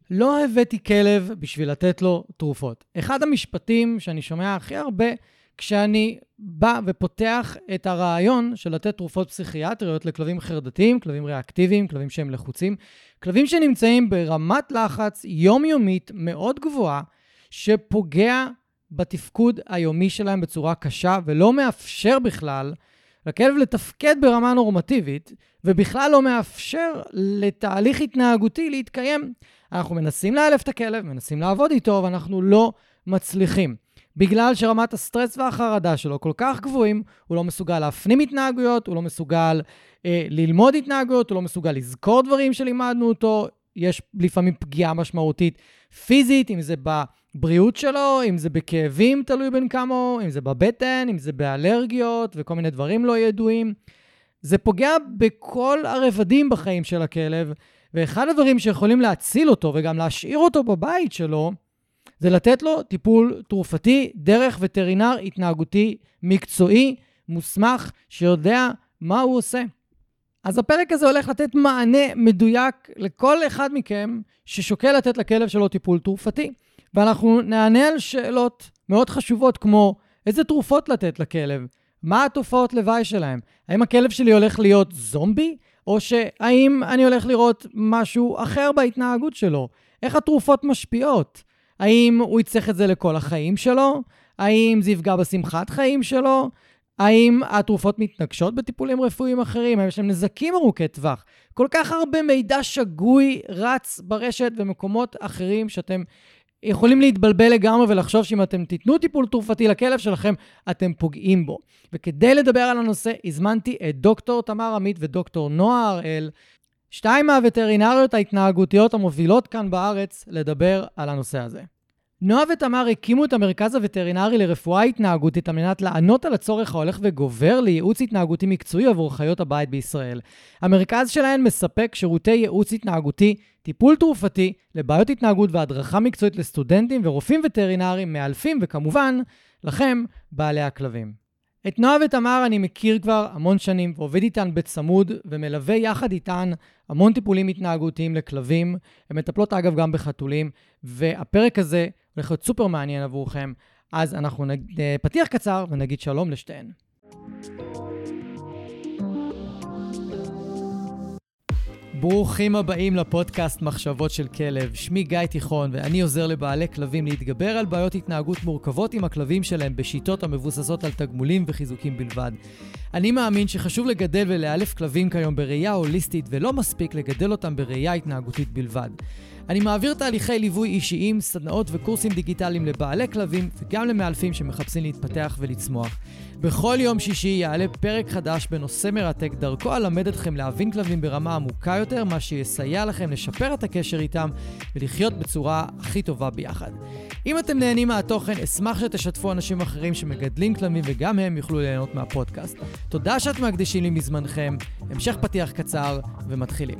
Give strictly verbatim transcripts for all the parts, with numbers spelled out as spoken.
לא הבאתי כלב בשביל לתת לו תרופות. אחד המשפטים שאני שומע הכי הרבה כשאני בא ופותח את הרעיון של לתת תרופות פסיכיאטריות לכלבים חרדתיים, כלבים ריאקטיביים, כלבים שהם לחוצים, כלבים שנמצאים ברמת לחץ יומיומית מאוד גבוהה, שפוגע בתפקוד היומי שלהם בצורה קשה, ולא מאפשר בכלל לכלב לתפקד ברמה נורמטיבית, ובכלל לא מאפשר לתהליך התנהגותי להתקיים. אנחנו מנסים לאלף את הכלב, מנסים לעבוד איתו, ואנחנו לא מצליחים. בגלל שרמת הסטרס והחרדה שלו כל כך גבוהים, הוא לא מסוגל להפנים התנהגויות, הוא לא מסוגל אה, ללמוד התנהגויות, הוא לא מסוגל לזכור דברים שלימדנו אותו, יש לפעמים פגיעה משמעותית פיזית, אם זה בבריאות שלו, אם זה בכאבים, תלוי בין כמה, אם זה בבטן, אם זה באלרגיות וכל מיני דברים לא ידועים. זה פוגע בכל הרבדים בחיים של הכלב, ואחד הדברים שיכולים להציל אותו וגם להשאיר אותו בבית שלו, זה לתת לו טיפול תרופתי דרך וטרינר התנהגותי מקצועי, מוסמך, שיודע מה הוא עושה. אז הפרק הזה הולך לתת מענה מדויק לכל אחד מכם ששוקל לתת לכלב שלו טיפול תרופתי. ואנחנו נענה על שאלות מאוד חשובות כמו איזה תרופות לתת לכלב, מה התופעות לוואי שלהם, האם הכלב שלי הולך להיות זומבי, או שהאם אני הולך לראות משהו אחר בהתנהגות שלו, איך התרופות משפיעות, האם הוא יצטרך את זה לכל החיים שלו, האם זה יפגע בשמחת חיים שלו, האם התרופות מתנגשות בטיפולים רפואיים אחרים, האם יש להם נזקים ארוכי טווח. כל כך הרבה מידע שגוי רץ ברשת ומקומות אחרים שאתם יכולים להתבלבל לגמרי ולחשוב שאם אתם תיתנו טיפול תרופתי לכלב שלכם, אתם פוגעים בו. וכדי לדבר על הנושא, הזמנתי את דוקטור תמר עמית ודוקטור נועה הראל, שתיים מהווטרינריות ההתנהגותיות המובילות כאן בארץ, לדבר על הנושא הזה. נועה ותמר הקימו את המרכז הווטרינרי לרפואה התנהגותית על מנת לענות על הצורך ההולך וגובר לייעוץ התנהגותי מקצועי עבור חיות הבית בישראל. המרכז שלהן מספק שירותי ייעוץ התנהגותי, טיפול תרופתי, לבעיות התנהגות והדרכה מקצועית לסטודנטים ורופאים וטרינריים מאלפים וכמובן לכם, בעלי הכלבים. את נועה ותמר אני מכיר כבר המון שנים ועובד איתן בצמוד ומלווה יחד איתן המון טיפולים התנהגותיים לכלבים. הן מטפלות אגב גם בחתולים, והפרק הזה הולך להיות סופר מעניין עבורכם. אז אנחנו פתיח קצר ונגיד שלום לשתיהן. ברוכים הבאים לפודקאסט מחשבות של כלב. שמי גיא תיכון ואני עוזר לבעלי כלבים להתגבר על בעיות התנהגות מורכבות עם הכלבים שלהם בשיטות המבוססות על תגמולים וחיזוקים בלבד. אני מאמין שחשוב לגדל ולאלף כלבים כיום בראייה הוליסטית ולא מספיק לגדל אותם בראייה התנהגותית בלבד. אני מעביר תהליכי ליווי אישיים, סדנאות וקורסים דיגיטליים לבעלי כלבים וגם למאלפים שמחפשים להתפתח ולצמוח. בכל יום שישי יעלה פרק חדש בנושא מרתק, דרכו אלמד אתכם להבין כלבים ברמה עמוקה יותר, מה שיסייע לכם לשפר את הקשר איתם ולחיות בצורה הכי טובה ביחד. אם אתם נהנים מהתוכן, אשמח שתשתפו אנשים אחרים שמגדלים כלבים וגם הם יוכלו ליהנות מהפודקאסט. תודה שאתם מקדישים לי מזמנכם, המשך פתיח קצר ומתחילים.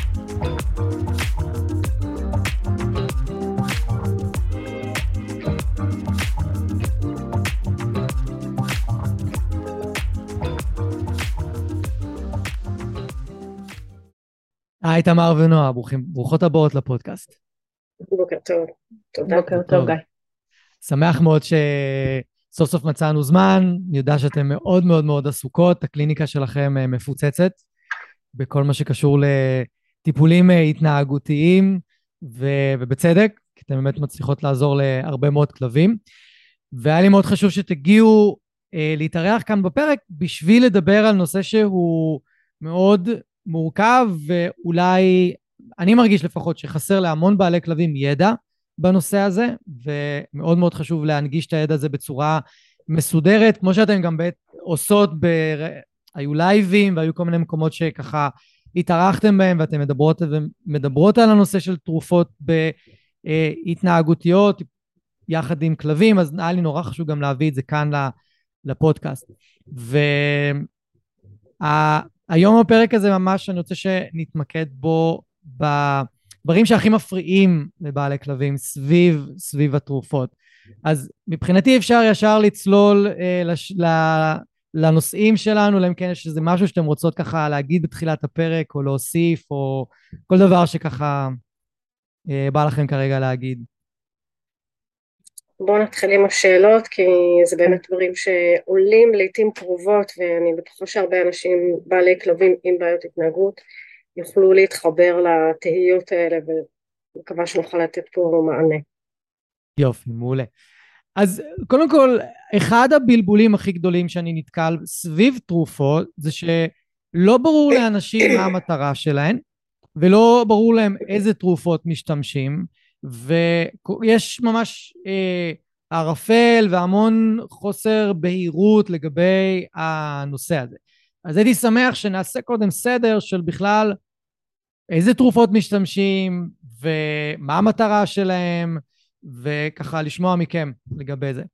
היי תמר ונועה, ברוכים, ברוכות הבאות לפודקאסט. בוקר טוב, תודה. בוקר טוב, גיא. שמח מאוד שסוף סוף מצאנו זמן, אני יודע שאתם מאוד מאוד מאוד עסוקות, הקליניקה שלכם מפוצצת, בכל מה שקשור לטיפולים התנהגותיים, ו- ובצדק, כי אתם באמת מצליחות לעזור להרבה מאוד כלבים, והיה לי מאוד חשוב שתגיעו אה, להתארח כאן בפרק, בשביל לדבר על נושא שהוא מאוד מורכב, ואולי אני מרגיש לפחות שחסר להמון בעלי כלבים ידע בנושא הזה, ומאוד מאוד חשוב להנגיש את הידע הזה בצורה מסודרת, כמו שאתם גם בעת עושות, ב... היו לייבים והיו כל מיני מקומות שככה התארחתם בהם, ואתם מדברות, ומדברות על הנושא של תרופות בהתנהגותיות יחד עם כלבים, אז היה לי נורא חשוב גם להביא את זה כאן לפודקאסט. וה... היום הפרק הזה ממש אני רוצה שנתמקד בו בדברים שהכי מפריעים לבעלי כלבים סביב, סביב התרופות. אז מבחינתי אפשר ישר לצלול אה, לש, לנושאים שלנו, להם כן יש איזה משהו שאתם רוצות ככה להגיד בתחילת הפרק או להוסיף או כל דבר שככה אה, בא לכם כרגע להגיד? בואו נתחיל עם השאלות, כי זה באמת דברים שעולים לעתים קרובות, ואני בטוחה שהרבה אנשים בעלי כלבים עם בעיות התנהגות יוכלו להתחבר לתהיות האלה, ומקווה שנוכל לתת פה מענה. יופי, מעולה. אז קודם כל, אחד הבלבולים הכי גדולים שאני נתקל סביב תרופות, זה שלא ברור לאנשים מה המטרה שלהן, ולא ברור להם איזה תרופות משתמשים, ויש ממש אה, ערפל והמון חוסר בהירות לגבי הנושא הזה. אז הייתי שמח שנעשה קודם סדר של בכלל איזה תרופות משתמשים, ומה המטרה שלהם, וככה לשמוע מכם לגבי זה.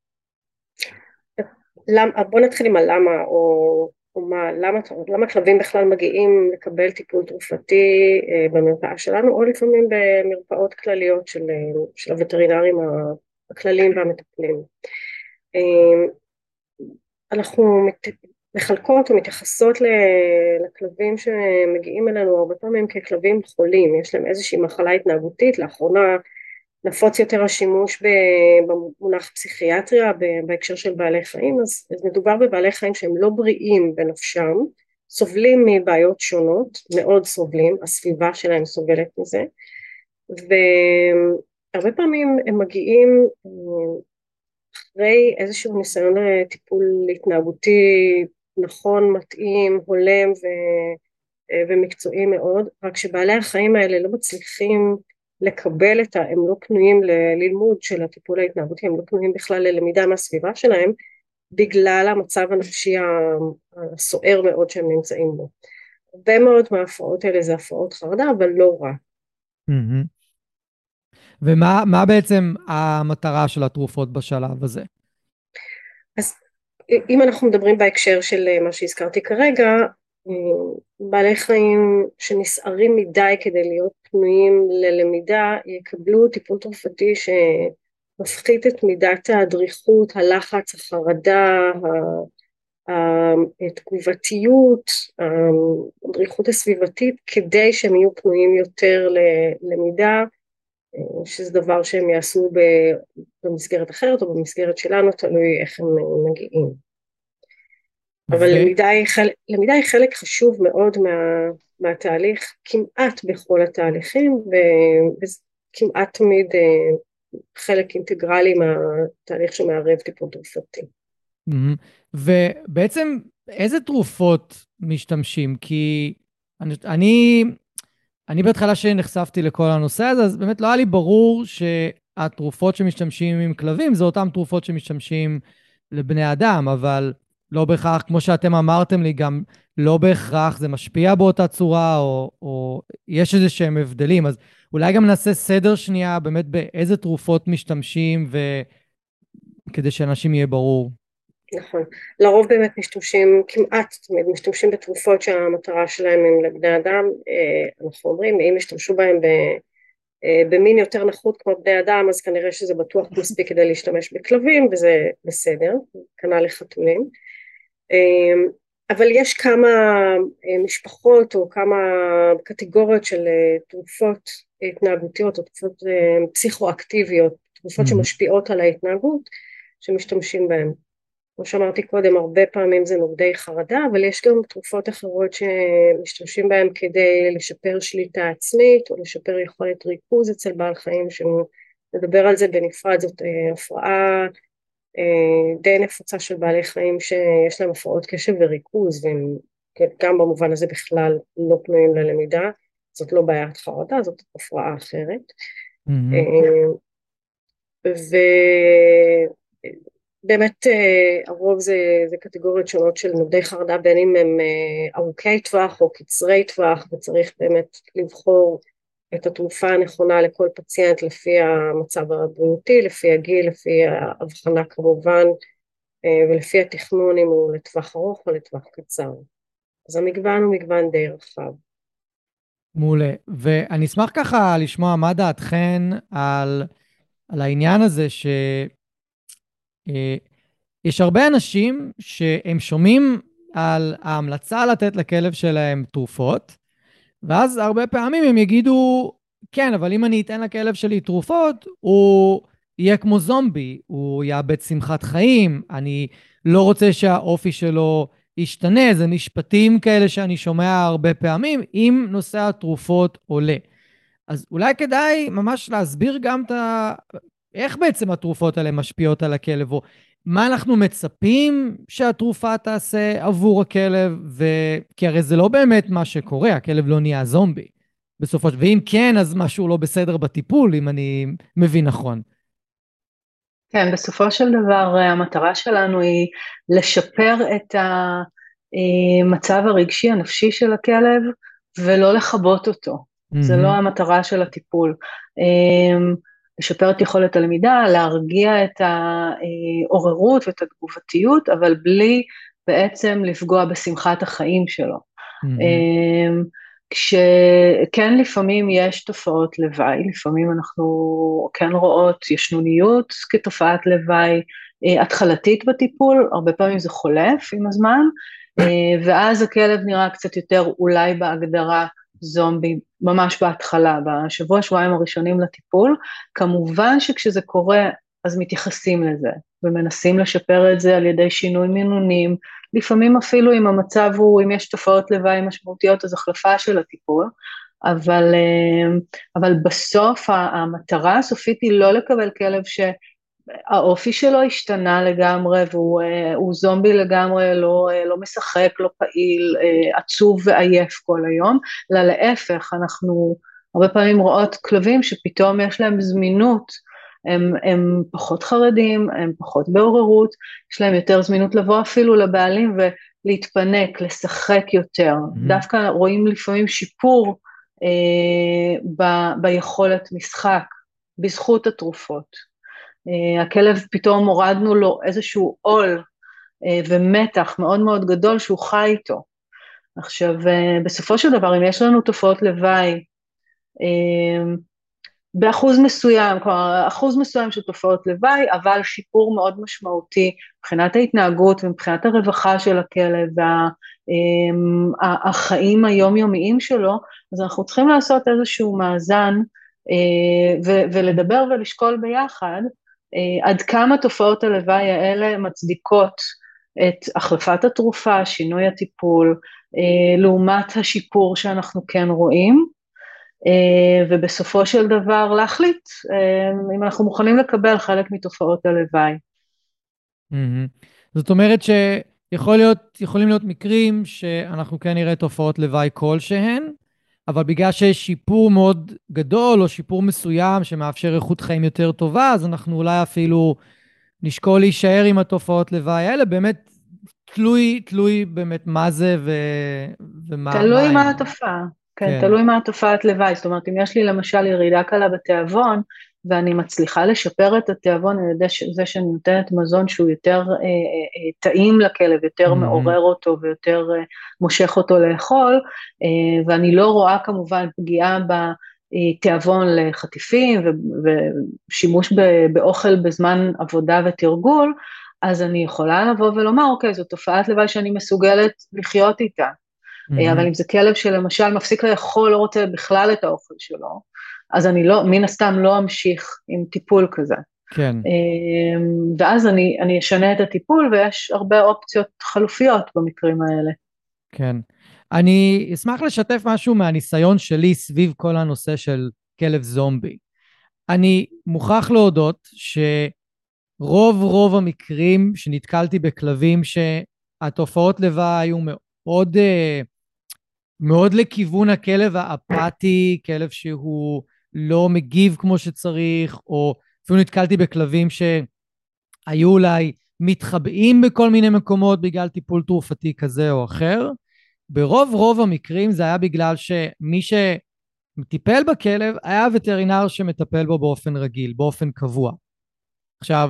למ- בוא נתחיל עם הלמה, או, או מה, למה, למה כלבים בכלל מגיעים לקבל טיפול תרופתי אה, במרפאה שלנו, או לפעמים במרפאות כלליות של, אה, של הווטרינרים הכלליים והמטפלים. אה, אנחנו מת, מחלקות ומתייחסות ל- לכלבים שמגיעים אלינו הרבה פעמים ככלבים חולים, יש להם איזושהי מחלה התנהגותית. לאחרונה נפוץ יותר השימוש במונח פסיכיאטריה בהקשר של בעלי חיים, אז, אז מדובר בבעלי חיים שהם לא בריאים בנפשם, סובלים מבעיות שונות, מאוד סובלים, הסביבה שלהם סובלת מזה, והרבה פעמים הם מגיעים אחרי איזשהו ניסיון טיפול התנהגותי נכון, מתאים, הולם ו, ומקצועי מאוד, רק שבעלי החיים האלה לא מצליחים לקבל את ה... הם לא פנויים ללימוד של הטיפול ההתנהגותי, הם לא פנויים בכלל ללמידה מהסביבה שלהם, בגלל המצב הנפשי הסוער מאוד שהם נמצאים בו. הרבה מאוד מההפרעות האלה זה הפרעות חרדה, אבל לא רק. Mm-hmm. ומה מה בעצם המטרה של התרופות בשלב הזה? אז אם אנחנו מדברים בהקשר של מה שהזכרתי כרגע, בעלי חיים שנסערים מדי כדי להיות פנויים ללמידה יקבלו טיפול תרופתי שמפחית את מידת הדריכות, הלחץ, החרדה, התגובתיות, הדריכות הסביבתית, כדי שהם יהיו פנויים יותר ללמידה, שזה דבר שהם יעשו במסגרת אחרת או במסגרת שלנו, תלוי איך הם מגיעים. אבל ו... למידה, היא חלק, למידה היא חלק חשוב מאוד מה, מהתהליך, כמעט בכל התהליכים, וכמעט תמיד חלק אינטגרלי מהתהליך שמערב טיפול תרופתי. ובעצם איזה תרופות משתמשים? כי אני, אני, אני בהתחלה שנחשפתי לכל הנושא הזה, אז באמת לא היה לי ברור שהתרופות שמשתמשים עם כלבים, זה אותן תרופות שמשתמשים לבני אדם, אבל לא בהכרח, כמו שאתם אמרתם לי, גם לא בהכרח זה משפיע באותה צורה, או, או יש איזה שהם הבדלים. אז אולי גם נעשה סדר שנייה, באמת באיזה תרופות משתמשים, וכדי שאנשים יהיה ברור. נכון. לרוב באמת משתמשים, כמעט תמיד משתמשים בתרופות שהמטרה שלהם הם לבני אדם. אנחנו אומרים, אם ישתמשו בהם במין יותר נחות כמו בני אדם, אז כנראה שזה בטוח מספיק כדי להשתמש בכלבים, וזה בסדר, כנ"ל לחתולים. אבל יש כמה משפחות או כמה קטגוריות של תרופות התנהגותיות או תרופות פסיכואקטיביות, תרופות שמשפיעות על ההתנהגות, שמשתמשים בהן. כמו שאמרתי קודם, הרבה פעמים זה נוגדי חרדה, אבל יש גם תרופות אחרות שמשתמשים בהן כדי לשפר שליטה עצמית, או לשפר יכולת ריכוז אצל בעל חיים, שנדבר על זה בנפרד. זאת הפרעה די נפוצה של בעלי חיים שיש להם הפרעות קשב וריכוז, והם גם במובן הזה בכלל לא פנויים ללמידה. זאת לא בעיית חרדה, זאת הפרעה אחרת. Mm-hmm. ו... באמת הרוב זה, זה קטגוריות שונות של נוגדי חרדה, בין אם הם ארוכי טווח או קצרי טווח, וצריך באמת לבחור את התרופה הנכונה לכל פציינט לפי המצב הבריאותי, לפי הגיל, לפי ההבחנה כמובן, ולפי התכנון אם הוא לטווח ארוך או לטווח קצר. אז המגוון הוא מגוון די רחב. מעולה. ואני אשמח ככה לשמוע מה דעתכן על, על העניין הזה ש... יש הרבה אנשים שהם שומעים על ההמלצה לתת לכלב שלהם תרופות, ואז הרבה פעמים הם יגידו, כן, אבל אם אני אתן לכלב שלי תרופות, הוא יהיה כמו זומבי, הוא יאבד שמחת חיים, אני לא רוצה שהאופי שלו ישתנה, זה משפטים כאלה שאני שומע הרבה פעמים, אם נושא התרופות עולה. אז אולי כדאי ממש להסביר גם את ה... איך בעצם התרופות האלה משפיעות על הכלב, או מה אנחנו מצפים שהתרופה תעשה עבור הכלב, ו... כי הרי זה לא באמת מה שקורה, הכלב לא נהיה זומבי. בסופו של... ואם כן, אז משהו לא בסדר בטיפול, אם אני מבין נכון. כן, בסופו של דבר המטרה שלנו היא לשפר את המצב הרגשי הנפשי של הכלב, ולא לחבות אותו. Mm-hmm. זה לא המטרה של הטיפול. לשפר את יכולת הלמידה, להרגיע את העוררות ואת התגובתיות, אבל בלי בעצם לפגוע בשמחת החיים שלו. Mm-hmm. כשכן לפעמים יש תופעות לוואי, לפעמים אנחנו כן רואות ישנוניות כתופעת לוואי התחלתית בטיפול, הרבה פעמים זה חולף עם הזמן, ואז הכלב נראה קצת יותר אולי בהגדרה זומבי, ממש בהתחלה, בשבוע שבועיים הראשונים לטיפול, כמובן שכשזה קורה אז מתייחסים לזה, ומנסים לשפר את זה על ידי שינוי מינונים, לפעמים אפילו אם המצב הוא, אם יש תופעות לוואי משמעותיות, אז החלפה של הטיפול, אבל, אבל בסוף המטרה הסופית היא לא לקבל כלב שהאופי שלו השתנה לגמרי, והוא זומבי לגמרי, לא, לא משחק, לא פעיל, עצוב ועייף כל היום, אלא להפך, אנחנו הרבה פעמים רואות כלבים שפתאום יש להם זמינות, הם, הם פחות חרדים, הם פחות בעוררות, יש להם יותר זמינות לבוא אפילו לבעלים ולהתפנק, לשחק יותר. Mm-hmm. דווקא רואים לפעמים שיפור אה, ב, ביכולת משחק, בזכות התרופות. אה, הכלב פתאום הורדנו לו איזשהו עול אה, ומתח מאוד מאוד גדול שהוא חי איתו. עכשיו, אה, בסופו של דבר, אם יש לנו תופעות לוואי, אה, באחוז מסוים, כלומר, אחוז מסוים של תופעות לוואי, אבל שיפור מאוד משמעותי מבחינת ההתנהגות ומבחינת הרווחה של הכלב והחיים היומיומיים שלו, אז אנחנו צריכים לעשות איזשהו מאזן ולדבר ולשקול ביחד עד כמה תופעות הלוואי האלה מצדיקות את החלפת התרופה, שינוי הטיפול, לעומת השיפור שאנחנו כן רואים, ובסופו של דבר להחליט אם אנחנו מוכנים לקבל חלק מתופעות הלוואי. זאת אומרת שיכול להיות, יכולים להיות מקרים שאנחנו כן נראה תופעות לוואי כלשהן, אבל בגלל שיש שיפור מאוד גדול או שיפור מסוים שמאפשר איכות חיים יותר טובה, אז אנחנו אולי אפילו נשקול להישאר עם התופעות לוואי האלה, באמת תלוי, תלוי באמת מה זה ו... ומה... תלוי מה התופעה. כן, כן, תלוי מה התופעת לוואי, זאת אומרת, אם יש לי למשל ירידה קלה בתיאבון, ואני מצליחה לשפר את התיאבון על ידי זה שאני נותנת מזון שהוא יותר אה, אה, טעים לכלב, יותר mm-hmm. מעורר אותו ויותר אה, מושך אותו לאכול, אה, ואני לא רואה כמובן פגיעה בתיאבון לחטיפים ושימוש באוכל בזמן עבודה ותרגול, אז אני יכולה לבוא ולומר, אוקיי, זו תופעת לוואי שאני מסוגלת לחיות איתה, Mm-hmm. אבל אם זה כלב שלמשל מפסיק לאכול, לא רוצה בכלל את האוכל שלו, אז אני לא, מן הסתם לא אמשיך עם טיפול כזה. כן. ואז אני, אני אשנה את הטיפול, ויש הרבה אופציות חלופיות במקרים האלה. כן. אני אשמח לשתף משהו מהניסיון שלי סביב כל הנושא של כלב זומבי. אני מוכרח להודות שרוב רוב המקרים שנתקלתי בכלבים שהתופעות לוואי היו מאוד... מאוד לכיוון הכלב האפאתי, כלב שהוא לא מגיב כמו שצריך, או אפילו נתקלתי בכלבים שהיו אולי מתחבאים בכל מיני מקומות בגלל טיפול תרופתי כזה או אחר. ברוב רוב המקרים זה היה בגלל שמי שטיפל בכלב היה וטרינר שמטפל בו באופן רגיל, באופן קבוע. עכשיו,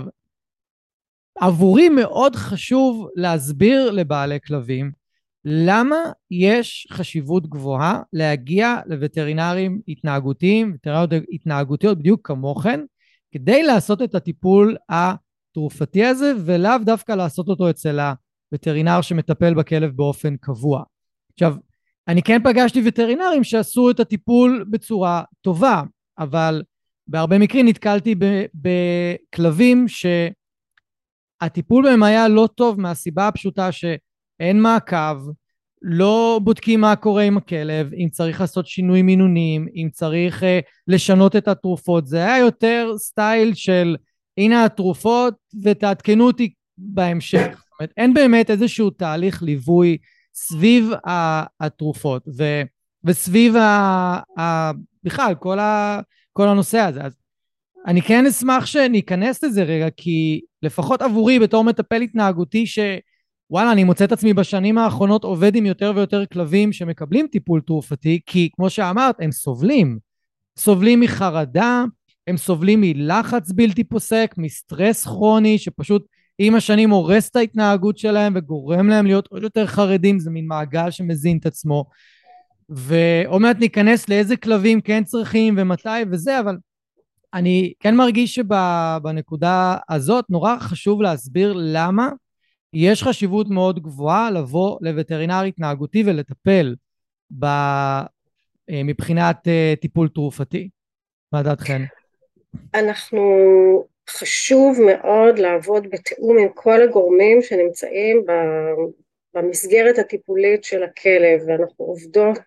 עבורי מאוד חשוב להסביר לבעלי כלבים, למה יש חשיבות גבוהה להגיע לווטרינרים התנהגותיים, וטרינריות התנהגותיות בדיוק כמוכן, כדי לעשות את הטיפול התרופתי הזה, ולאו דווקא לעשות אותו אצל הווטרינר שמטפל בכלב באופן קבוע. עכשיו, אני כן פגשתי וטרינרים שעשו את הטיפול בצורה טובה, אבל בהרבה מקרים נתקלתי בכלבים שהטיפול בהם היה לא טוב מהסיבה הפשוטה שאין מעקב, לא בודקים מה קורה עם הכלב, אם צריך לעשות שינוי מינונים, אם צריך uh, לשנות את התרופות. זה היה יותר סטייל של הנה התרופות ותעדכנו אותי בהמשך. זאת אומרת, אין באמת איזשהו תהליך ליווי סביב התרופות ו, וסביב ה, ה, בכלל כל, ה, כל הנושא הזה. אז אני כן אשמח שניכנס לזה רגע, כי לפחות עבורי בתור מטפל התנהגותי שוואלה, אני מוצא את עצמי בשנים האחרונות עובד עם יותר ויותר כלבים שמקבלים טיפול תרופתי, כי כמו שאמרת, הם סובלים. סובלים מחרדה, הם סובלים מלחץ בלתי פוסק, מסטרס כרוני, שפשוט עם השנים הורס את ההתנהגות שלהם וגורם להם להיות עוד יותר חרדים. זה מין מעגל שמזין את עצמו. ועוד מעט ניכנס לאיזה כלבים כן צריכים ומתי וזה, אבל אני כן מרגיש שבנקודה הזאת נורא חשוב להסביר למה יש חשיבות מאוד גבוהה לבוא לווטרינר התנהגותי ולטפל ב, מבחינת טיפול תרופתי. מה דעתכן? אנחנו חשוב מאוד לעבוד בתיאום עם כל הגורמים שנמצאים במסגרת הטיפולית של הכלב, ואנחנו עובדות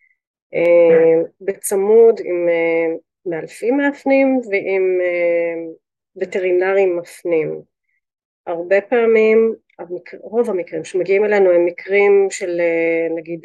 בצמוד עם מאלפים מפנים ועם וטרינרים מפנים. הרבה פעמים, רוב המקרים שמגיעים אלינו הם מקרים של נגיד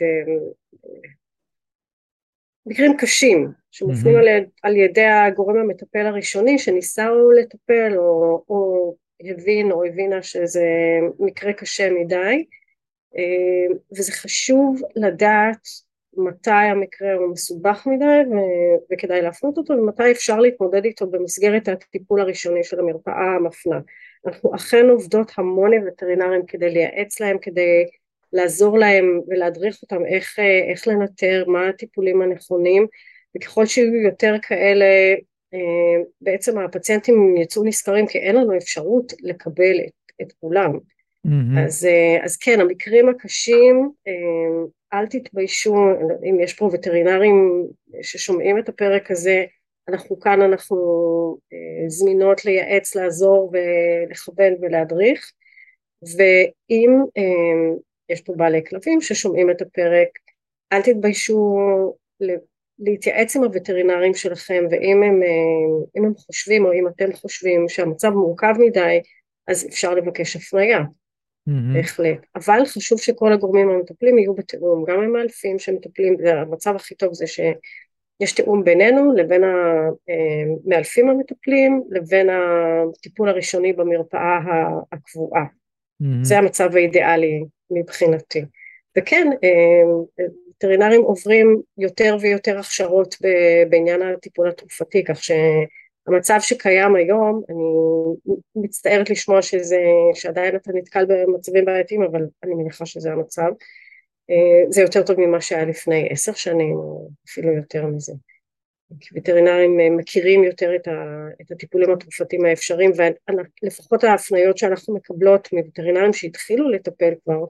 מקרים קשים שמופנים mm-hmm. על ידי הגורם המטפל הראשוני שניסה לטפל או, או הבין או הבינה שזה מקרה קשה מדי, וזה חשוב לדעת מתי המקרה הוא מסובך מדי ו- וכדאי להפנות אותו, ומתי אפשר להתמודד איתו במסגרת הטיפול הראשוני של המרפאה המפנה. אנחנו אכן עובדות המון עם וטרינרים כדי לייעץ להם, כדי לעזור להם ולהדריך אותם איך, איך לנטר, מה הטיפולים הנכונים, וככל שיהיו יותר כאלה, בעצם הפציינטים יצאו נזכרים, כי אין לנו אפשרות לקבל את, את כולם. Mm-hmm. אז, אז כן, המקרים הקשים, אל תתביישו, אם יש פה וטרינרים ששומעים את הפרק הזה, אנחנו כאן, אנחנו זמינות לייעץ, לעזור ולכוון ולהדריך, ואם יש פה בעלי כלבים ששומעים את הפרק, אל תתביישו להתייעץ עם הווטרינרים שלכם, ואם הם, אם הם חושבים או אם אתם חושבים שהמצב מורכב מדי, אז אפשר לבקש הפניה. Mm-hmm. בהחלט, אבל חשוב שכל הגורמים המטפלים יהיו בתיאום, גם עם האלפים שמטפלים, המצב הכי טוב זה שיש תיאום בינינו לבין המאלפים המטפלים לבין הטיפול הראשוני במרפאה הקבועה. Mm-hmm. זה המצב האידיאלי מבחינתי. וכן, וטרינרים עוברים יותר ויותר הכשרות בעניין הטיפול התרופתי, כך ש המצב שקיים היום, אני מצטערת לשמוע שזה, שעדיין אתה נתקל במצבים בעייתיים, אבל אני מניחה שזה המצב. זה יותר טוב ממה שהיה לפני עשר שנים, או אפילו יותר מזה. כי וטרינרים מכירים יותר את, ה, את הטיפולים התרופתיים האפשריים, ולפחות ההפניות שאנחנו מקבלות מווטרינרים שהתחילו לטפל כבר,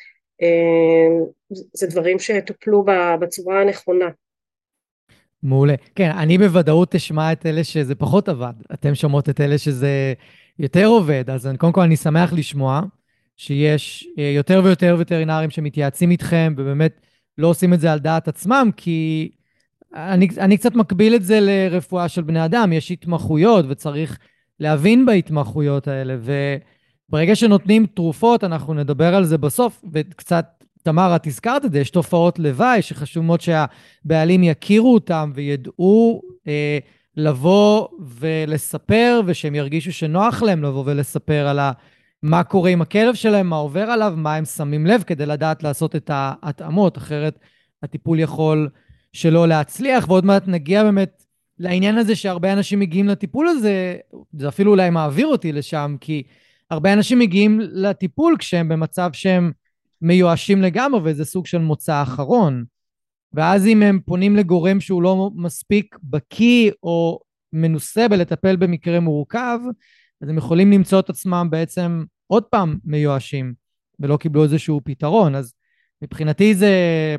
זה דברים שטופלו בצורה הנכונה. מעולה. כן, אני בוודאות אשמע את אלה שזה פחות עבד. אתם שומעות את אלה שזה יותר עובד. אז קודם כל אני שמח לשמוע שיש יותר ויותר וטרינרים שמתייעצים איתכם, ובאמת לא עושים את זה על דעת עצמם, כי אני, אני קצת מקביל את זה לרפואה של בני אדם. יש התמחויות וצריך להבין בהתמחויות האלה, וברגע שנותנים תרופות, אנחנו נדבר על זה בסוף, וקצת תמר, את הזכרת את זה, יש תופעות לוואי שחשוב מאוד שהבעלים יכירו אותם וידעו אה, לבוא ולספר, ושהם ירגישו שנוח להם לבוא ולספר על מה קורה עם הכלב שלהם, מה עובר עליו, מה הם שמים לב, כדי לדעת לעשות את ההתאמות, אחרת הטיפול יכול שלא להצליח. ועוד מעט נגיע באמת לעניין הזה שהרבה אנשים מגיעים לטיפול הזה, זה אפילו אולי מעביר אותי לשם, כי הרבה אנשים מגיעים לטיפול כשהם במצב שהם מיואשים לגמרי, וזה סוג של מוצא אחרון. ואז אם הם פונים לגורם שהוא לא מספיק בקיא או מנוסה בלטפל במקרה מורכב, אז הם יכולים למצוא את עצמם בעצם עוד פעם מיואשים, ולא קיבלו איזשהו פתרון. אז מבחינתי זה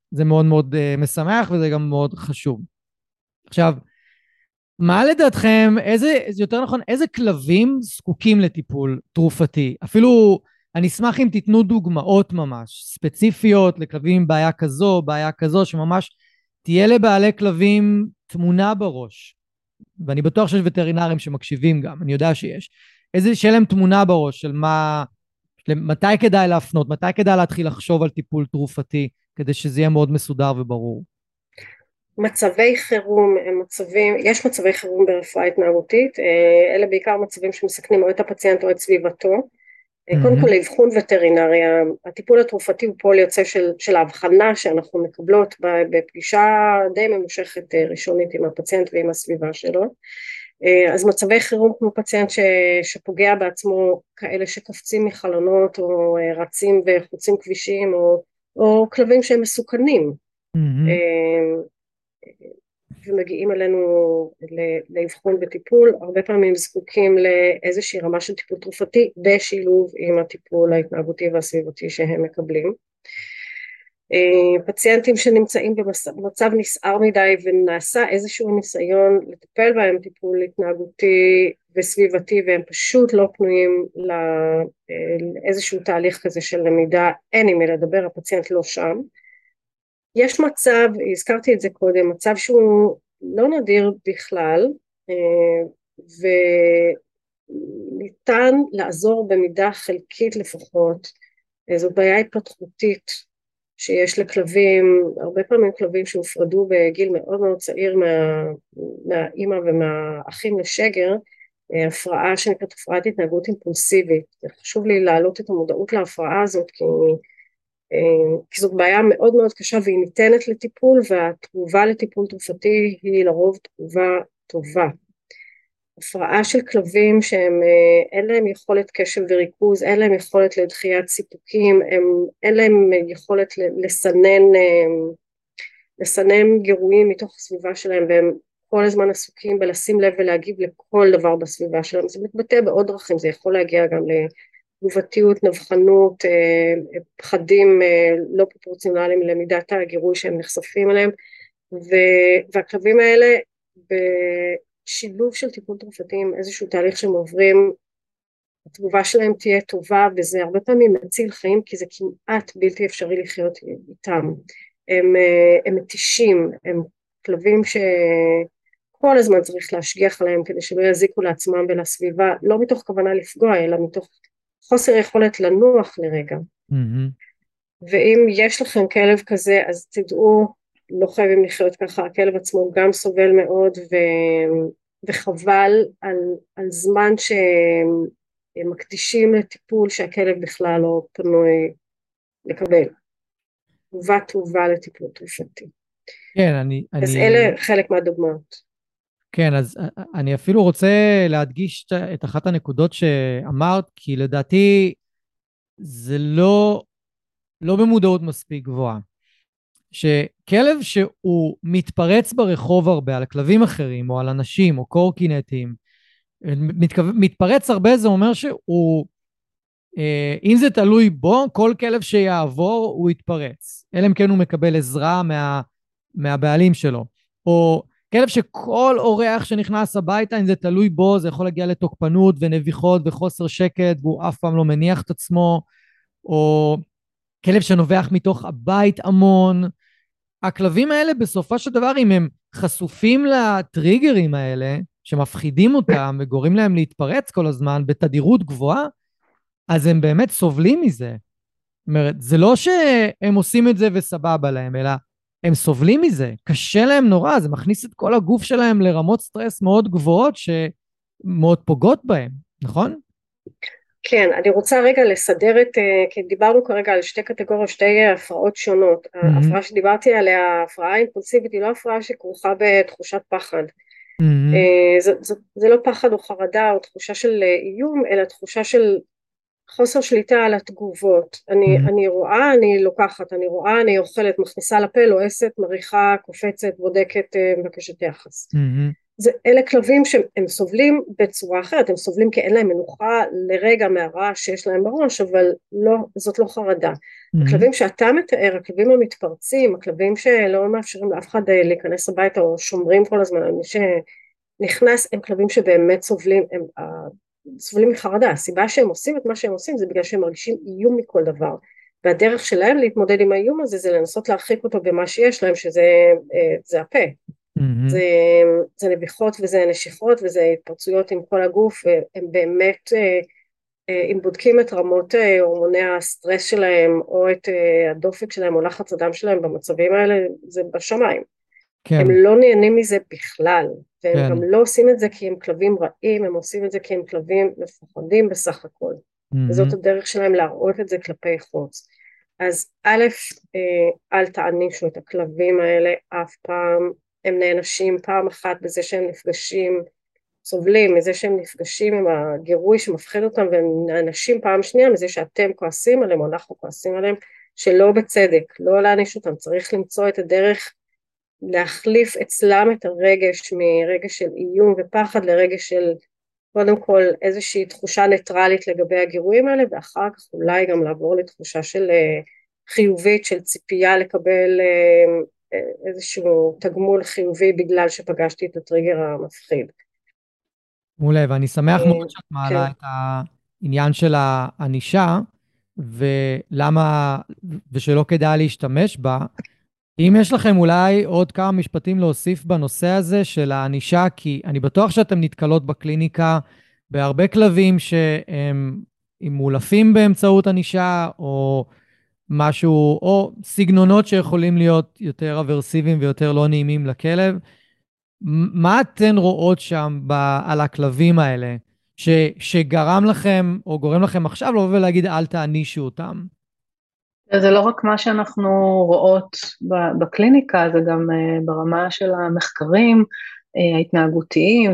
זה מאוד מאוד uh, משמח, וזה גם מאוד חשוב. עכשיו, מה לדעתכם, איזה, יותר נכון, איזה כלבים זקוקים לטיפול תרופתי? אפילו, אני אשמח אם תיתנו דוגמאות ממש, ספציפיות לכלבים עם בעיה כזו, בעיה כזו, שממש תהיה לבעלי כלבים תמונה בראש. ואני בטוח שיש וטרינרים שמקשיבים גם, אני יודע שיש. איזה, שיהיה להם תמונה בראש של מה, מתי כדאי להפנות, מתי כדאי להתחיל לחשוב על טיפול תרופתי, כדי שזה יהיה מאוד מסודר וברור. מצבי חירום הם מצבים, יש מצבי חירום ברפואה התנהגותית, אלה בעיקר מצבים שמסכנים או את הפציינט או את סביבתו. Mm-hmm. קודם כל לאבחון וטרינרי, הטיפול התרופתי הוא פועל יוצא של, של ההבחנה שאנחנו מקבלות בפגישה די ממושכת ראשונית עם הפציינט ועם הסביבה שלו. אז מצבי חירום כמו פציינט ש, שפוגע בעצמו, כאלה שקפצים מחלונות או רצים וחוצים כבישים או, או כלבים שהם מסוכנים. Mm-hmm. ומגיעים אלינו לאבחון וטיפול, הרבה פעמים זקוקים לאיזושהי רמה של טיפול תרופתי בשילוב עם הטיפול ההתנהגותי והסביבתי שהם מקבלים. פציינטים שנמצאים במצב נסער מדי ונעשה איזשהו ניסיון לטפל בהם טיפול התנהגותי וסביבתי והם פשוט לא פנויים לאיזשהו תהליך כזה של למידה, אין עם מי לדבר, הפציינט לא שם. יש מצב, הזכרתי את זה קודם, מצב שהוא לא נדיר בכלל, וניתן לעזור במידה חלקית לפחות, זאת בעיה התפתחותית שיש לכלבים, הרבה פעמים כלבים שהופרדו בגיל מאוד מאוד צעיר מה, מהאימא ומהאחים לשגר, הפרעה שנקראת הפרעת התנהגות אימפולסיבית, חשוב לי להעלות את המודעות להפרעה הזאת, כי כי זאת בעיה מאוד מאוד קשה והיא ניתנת לטיפול והתגובה לטיפול תרופתי היא לרוב תגובה טובה. הפרעה של כלבים שהם אין להם יכולת קשב וריכוז, אין להם יכולת לדחיית סיפוקים, הם, אין להם יכולת לסנן, לסנן גירויים מתוך הסביבה שלהם והם כל הזמן עסוקים בלשים לב ולהגיב לכל דבר בסביבה שלהם. זה מתבטא בעוד דרכים, זה יכול להגיע גם ל... תגובתיות, נבחנות, פחדים לא פרופורציונליים למידת הגירוי שהם נחשפים אליהם, והכלבים האלה בשילוב של טיפול תרופתי עם איזשהו תהליך שהם עוברים, התגובה שלהם תהיה טובה, וזה הרבה פעמים מציל חיים, כי זה כמעט בלתי אפשרי לחיות איתם. הם, הם מתישים, הם כלבים שכל הזמן צריך להשגיח עליהם, כדי שלא יזיקו לעצמם ולסביבה, לא מתוך כוונה לפגוע, אלא מתוך חוסר יכולת לנוח לרגע. Mm-hmm. ואם יש לכם כלב כזה, אז תדעו, לא חייבים לחיות ככה, הכלב עצמו גם סובל מאוד, ו... וחבל על, על זמן שמקדישים לטיפול שהכלב בכלל לא פנוי לקבל. תגובה טובה לטיפול תרופתי. כן, אני... אז אני... אלה חלק מהדוגמאות. כן, אז אני אפילו רוצה להדגיש את אחת הנקודות שאמרת, כי לדעתי זה לא, לא במודעות מספיק גבוהה. שכלב שהוא מתפרץ ברחוב הרבה על כלבים אחרים, או על אנשים, או קורקינטים, מתפרץ הרבה, זה אומר שהוא, אם זה תלוי בו, כל כלב שיעבור הוא יתפרץ. אלא אם כן הוא מקבל עזרה מה, מהבעלים שלו. או כלב שכל אורח שנכנס הביתה, אם זה תלוי בו, זה יכול להגיע לתוקפנות ונביחות וחוסר שקט, והוא אף פעם לא מניח את עצמו, או כלב שנובח מתוך הבית המון. הכלבים האלה בסופו של דבר, אם הם חשופים לטריגרים האלה, שמפחידים אותם וגורמים להם להתפרץ כל הזמן בתדירות גבוהה, אז הם באמת סובלים מזה. זאת אומרת, זה לא שהם עושים את זה וסבבה להם, אלא הם סובלים מזה, קשה להם נורא, זה מכניס את כל הגוף שלהם לרמות סטרס מאוד גבוהות, שמאוד פוגעות בהם, נכון? כן, אני רוצה רגע לסדר את, כי דיברנו כרגע על שתי קטגוריות, שתי הפרעות שונות. Mm-hmm. ההפרעה שדיברתי עליה, ההפרעה האימפולסיבית, היא לא הפרעה שכרוכה בתחושת פחד. Mm-hmm. זה, זה, זה לא פחד או חרדה או תחושה של איום, אלא תחושה של חוסר שליטה על התגובות. אני, mm-hmm. אני רואה, אני לוקחת, אני רואה, אני אוכלת, מכניסה לפה, לועסת, מריחה, קופצת, בודקת, מבקשת יחס. Mm-hmm. זה, אלה כלבים שהם סובלים בצורה אחרת, הם סובלים כי אין להם מנוחה לרגע מהרעש שיש להם בראש, אבל לא, זאת לא חרדה. Mm-hmm. הכלבים שאתה מתאר, הכלבים המתפרצים, הכלבים שלא מאפשרים לאף אחד להיכנס הביתה או שומרים כל הזמן, מי שנכנס, הם כלבים שבאמת סובלים, הם סובלים מחרדה. הסיבה שהם עושים את מה שהם עושים זה בגלל שהם מרגישים איום מכל דבר, והדרך שלהם להתמודד עם האיום הזה זה לנסות להרחיק אותו במה שיש להם, שזה זה הפה. Mm-hmm. זה, זה נביחות וזה נשיכות וזה התפרצויות עם כל הגוף, והם באמת, אם בודקים את רמות הורמוני הסטרס שלהם או את הדופק שלהם או לחץ הדם שלהם במצבים האלה, זה בשמיים. כן. הם לא נהנים מזה בכלל, והם כן. גם לא עושים את זה כי הם כלבים רעים, הם עושים את זה כי הם כלבים מפוחדים בסך הכל, mm-hmm. וזאת הדרך שלהם להראות את זה כלפי חוץ. אז א', אל תענישו את הכלבים האלה אף פעם, הם נענשים פעם אחת בזה שהם נפגשים, סובלים מזה שהם נפגשים עם הגירוי שמפחיד אותם, והם נענשים פעם שנייה מזה שאתם כועסים עליהם או אנחנו כועסים עליהם, שלא בצדק, לא להעניש אותם, צריך למצוא את הדרך להחליף אצלם את הרגש מרגש של איום ופחד לרגש של קודם כל איזושהי תחושה ניטרלית לגבי הגירויים האלה, ואחר כך אולי גם לעבור לתחושה של חיובית, של ציפייה לקבל איזשהו תגמול חיובי בגלל שפגשתי את הטריגר המפחיד. מעולה, ואני שמח מאוד שאת מעלה את העניין של הענישה, ולמה, ושלא כדאי להשתמש בה. אם יש לכם אולי עוד כמה משפטים להוסיף בנושא הזה של הענישה, כי אני בטוח שאתם נתקלות בקליניקה בהרבה כלבים שהם מולפים באמצעות ענישה, או משהו, או סגנונות שיכולים להיות יותר אברסיביים ויותר לא נעימים לכלב. מה אתן רואות שם ב- על הכלבים האלה, ש- שגרם לכם, או גורם לכם עכשיו לבוא ולהגיד, אל תענישו אותם? זה לא רק מה שאנחנו רואות בקליניקה, זה גם ברמה של המחקרים ההתנהגותיים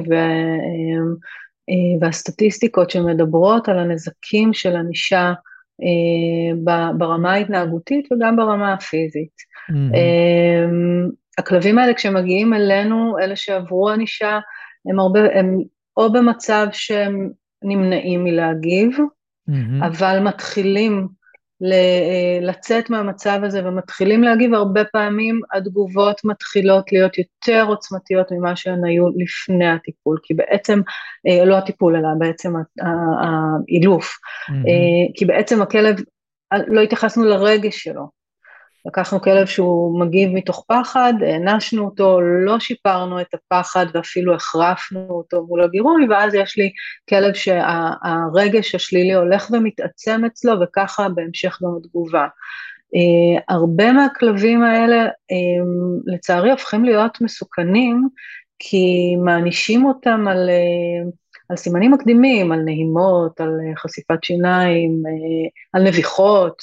והסטטיסטיקות שמדברות על הנזקים של ענישה ברמה ההתנהגותית וגם ברמה הפיזית. Mm-hmm. הכלבים האלה כשמגיעים אלינו, אלה שעברו ענישה, הם, הרבה, הם או במצב שהם נמנעים מלהגיב, mm-hmm. אבל מתחילים לצאת מהמצב הזה ומתחילים להגיב, הרבה פעמים התגובות מתחילות להיות יותר עוצמתיות ממה שהן היו לפני הטיפול, כי בעצם, לא הטיפול אלא בעצם האילוף, mm-hmm. כי בעצם הכלב, לא התייחסנו לרגש שלו, לקחנו כלב שהוא מגיב מתוך פחד, הענשנו אותו, לא שיפרנו את הפחד ואפילו החרפנו אותו מול הגירוי, ואז יש לי כלב שהרגש השלילי הולך ומתעצם אצלו, וככה בהמשך גם התגובה. הרבה מהכלבים האלה לצערי הופכים להיות מסוכנים, כי מענישים אותם על, על סימנים מקדימים, על נהימות, על חשיפת שיניים, על נביחות,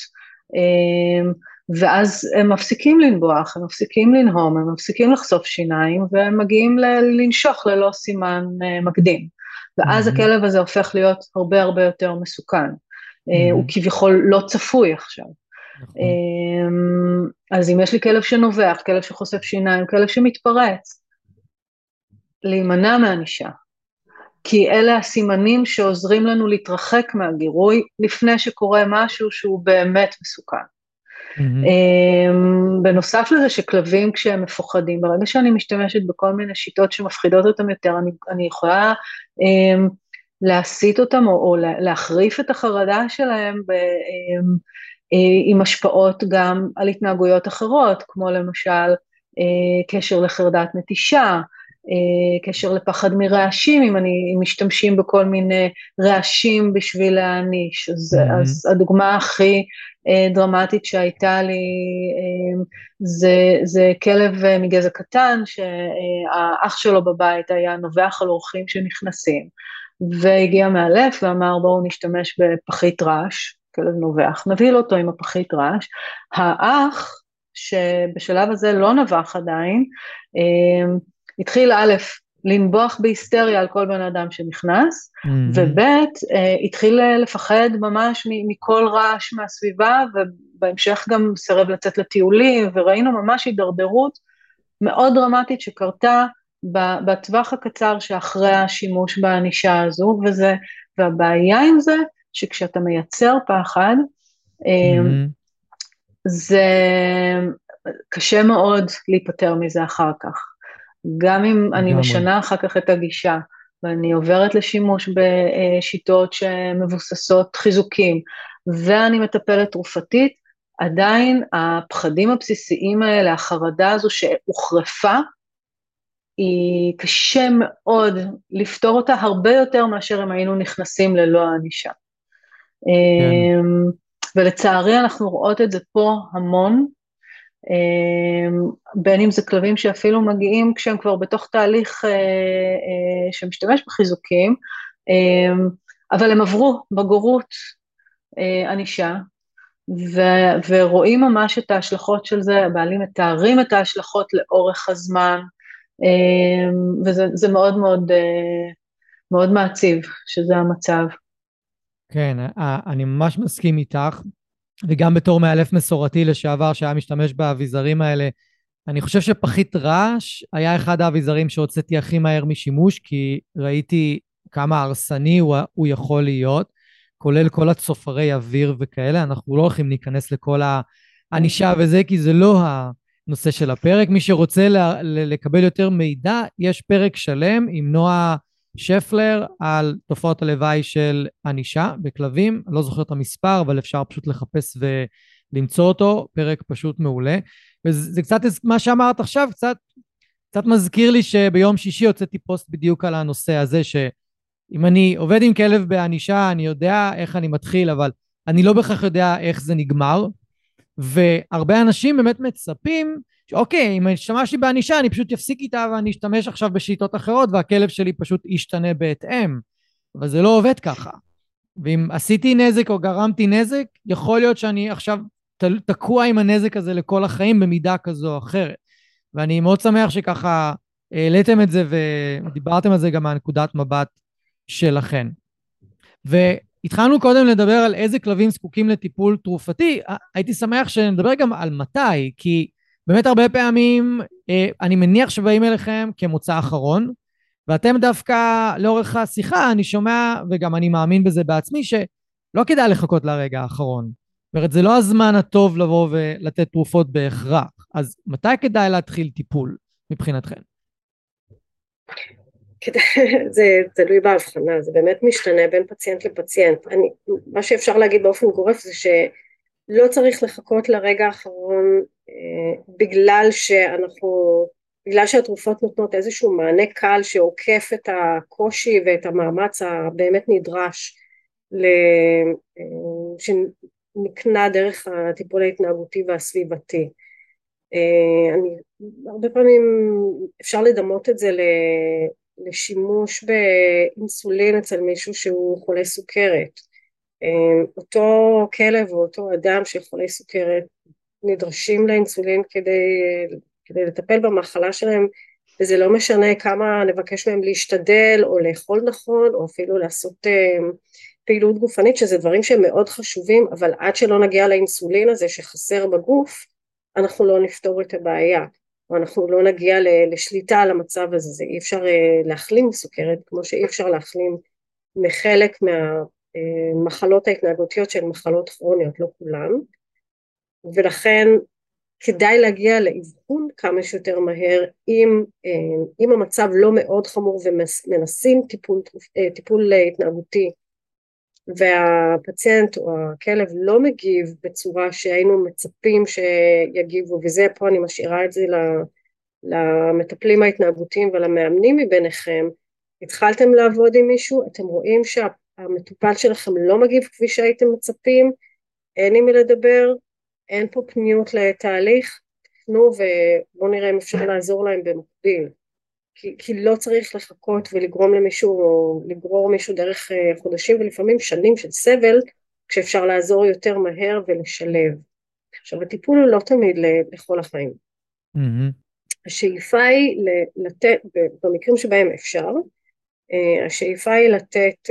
ואז הם מפסיקים לנבוח, הם מפסיקים לנהום, הם מפסיקים לחשוף שיניים, והם מגיעים לנשוך ללא סימן מקדים. ואז mm-hmm. הכלב הזה הופך להיות הרבה הרבה יותר מסוכן. Mm-hmm. הוא כביכול לא צפוי עכשיו. Mm-hmm. אז אם יש לי כלב שנובח, כלב שחושף שיניים, כלב שמתפרץ, להימנע מהענישה. כי אלה הסימנים שעוזרים לנו להתרחק מהגירוי, לפני שקורה משהו שהוא באמת מסוכן. Mm-hmm. בנוסף לזה שכלבים כשהם מפוחדים, ברגע שאני משתמשת בכל מיני שיטות שמפחידות אותם יותר, אני, אני יכולה um, להסיט אותם או, או להחריף את החרדה שלהם ב, um, uh, עם השפעות גם על התנהגויות אחרות, כמו למשל uh, קשר לחרדת נטישה, uh, קשר לפחד מרעשים, אם אני משתמשים בכל מיני רעשים בשביל להעניש, אז, mm-hmm. אז הדוגמה הכי דרמטית שהייתה לי, זה, זה כלב מגזע קטן, שהאח שלו בבית היה נובח על אורחים שנכנסים, והגיע מאלף ואמר בואו נשתמש בפחית רעש, כלב נובח, נביא אותו עם הפחית רעש, האח שבשלב הזה לא נבח עדיין, התחיל א', לנבוח בהיסטריה על כל בן אדם שנכנס, mm-hmm. ובית התחיל לפחד ממש מכל רעש מהסביבה, ובהמשך גם סירב לצאת לטיולים, וראינו ממש הידרדרות מאוד דרמטית שקרתה בטווח הקצר שאחרי השימוש בענישה הזו, וזה, והבעיה עם זה, שכשאתה מייצר פחד, Mm-hmm. זה קשה מאוד להיפטר מזה אחר כך. גם אם אני לגמרי. משנה אחר כך את הגישה, ואני עוברת לשימוש בשיטות שמבוססות חיזוקים, ואני מטפלת תרופתית, עדיין הפחדים הבסיסיים האלה, החרדה הזו שהוחרפה, היא קשה מאוד לפתור אותה, הרבה יותר מאשר אם היינו נכנסים ללא הענישה. כן. ולצערי אנחנו רואות את זה פה המון, בין אם זה כלבים שאפילו מגיעים כשהם כבר בתוך תהליך שמשתמש בחיזוקים, אבל הם עברו בגרות ענישה, ו- ורואים ממש את ההשלכות של זה, הבעלים מתארים את ההשלכות לאורך הזמן, וזה זה מאוד מאוד, מאוד מעציב שזה המצב. כן, אני ממש מסכים איתך, וגם בתור מאלף מסורתי לשעבר שהיה משתמש באביזרים האלה, אני חושב שפחית רעש היה אחד האביזרים שהוצאתי הכי מהר משימוש, כי ראיתי כמה הרסני הוא, הוא יכול להיות, כולל כל הצופרי אוויר וכאלה. אנחנו לא הולכים להיכנס לכל הענישה וזה, כי זה לא הנושא של הפרק. מי שרוצה לקבל יותר מידע, יש פרק שלם עם נועה שפלר על תופעות הלוואי של ענישה בכלבים. אני לא זוכר את המספר, אבל אפשר פשוט לחפש ולמצוא אותו, פרק פשוט מעולה. וזה קצת, מה שאמרת עכשיו, קצת, קצת מזכיר לי שביום שישי הוצאתי פוסט בדיוק על הנושא הזה, שאם אני עובד עם כלב בענישה, אני יודע איך אני מתחיל, אבל אני לא בכך יודע איך זה נגמר, והרבה אנשים באמת מצפים, שאוקיי, אם אני השתמשתי בענישה, אני פשוט אפסיק איתה, ואני אשתמש עכשיו בשיטות אחרות, והכלב שלי פשוט ישתנה בהתאם, אבל זה לא עובד ככה. ואם עשיתי נזק או גרמתי נזק, יכול להיות שאני עכשיו תקוע עם הנזק הזה לכל החיים במידה כזו או אחרת. ואני מאוד שמח שככה העליתם את זה ודיברתם על זה גם מהנקודת מבט שלכם. והתחלנו קודם לדבר על איזה כלבים זקוקים לטיפול תרופתי. הייתי שמח שנדבר גם על מתי, כי באמת הרבה פעמים אני מניח שבאים אליכם כמוצא אחרון, ואתם דווקא לאורך השיחה, אני שומע, וגם אני מאמין בזה בעצמי, שלא כדאי לחכות לרגע האחרון. זאת אומרת, זה לא הזמן הטוב לבוא ולתת תרופות בהכרח. אז מתי כדאי להתחיל טיפול מבחינתכם? זה תלוי בהבחנה, זה באמת משתנה בין פציינט לפציינט. אני, מה שאפשר להגיד באופן גורף זה שלא צריך לחכות לרגע האחרון, אה, בגלל שאנחנו, בגלל שהתרופות נותנות איזשהו מענה קל שעוקף את הקושי ואת המאמץ הבאמת נדרש, שנקנה דרך הטיפול ההתנהגותי והסביבתי. אני, הרבה פעמים אפשר לדמות את זה לשימוש באינסולין אצל מישהו שהוא חולה סוכרת. אותו כלב או אותו אדם שחולה סוכרת נדרשים לאינסולין כדי, כדי לטפל במחלה שלהם, וזה לא משנה כמה נבקש מהם להשתדל או לאכול נכון או אפילו לעשות פעילות גופנית, שזה דברים שהם מאוד חשובים, אבל עד שלא נגיע לאינסולין הזה שחסר בגוף, אנחנו לא נפתור את הבעיה, או אנחנו לא נגיע לשליטה על המצב הזה. זה אי אפשר להחלים מסוכרת, כמו שאי אפשר להחלים מחלק מהמחלות ההתנהגותיות של מחלות כרוניות, לא כולן, ולכן כדאי להגיע לאבחון כמה שיותר מהר, אם, אם המצב לא מאוד חמור ומנסים טיפול, טיפול התנהגותי, והפציינט או הכלב לא מגיב בצורה שהיינו מצפים שיגיבו, וזה פה אני משאירה את זה למטפלים ההתנהגותיים ולמאמנים מביניכם. התחלתם לעבוד עם מישהו, אתם רואים שהמטופל שלכם לא מגיב כפי שהייתם מצפים, אין עם מי לדבר, אין פה פניות לתהליך, תפנו ובואו נראה אם אפשר לעזור להם במקביל. כי, כי לא צריך לחכות ולגרום למישהו, או לגרור מישהו דרך חודשים ולפעמים שנים של סבל, כשאפשר לעזור יותר מהר ולשלב. עכשיו, הטיפול הוא לא תמיד לכל החיים. Mm-hmm. השאיפה היא לתת, במקרים שבהם אפשר, השאיפה היא לתת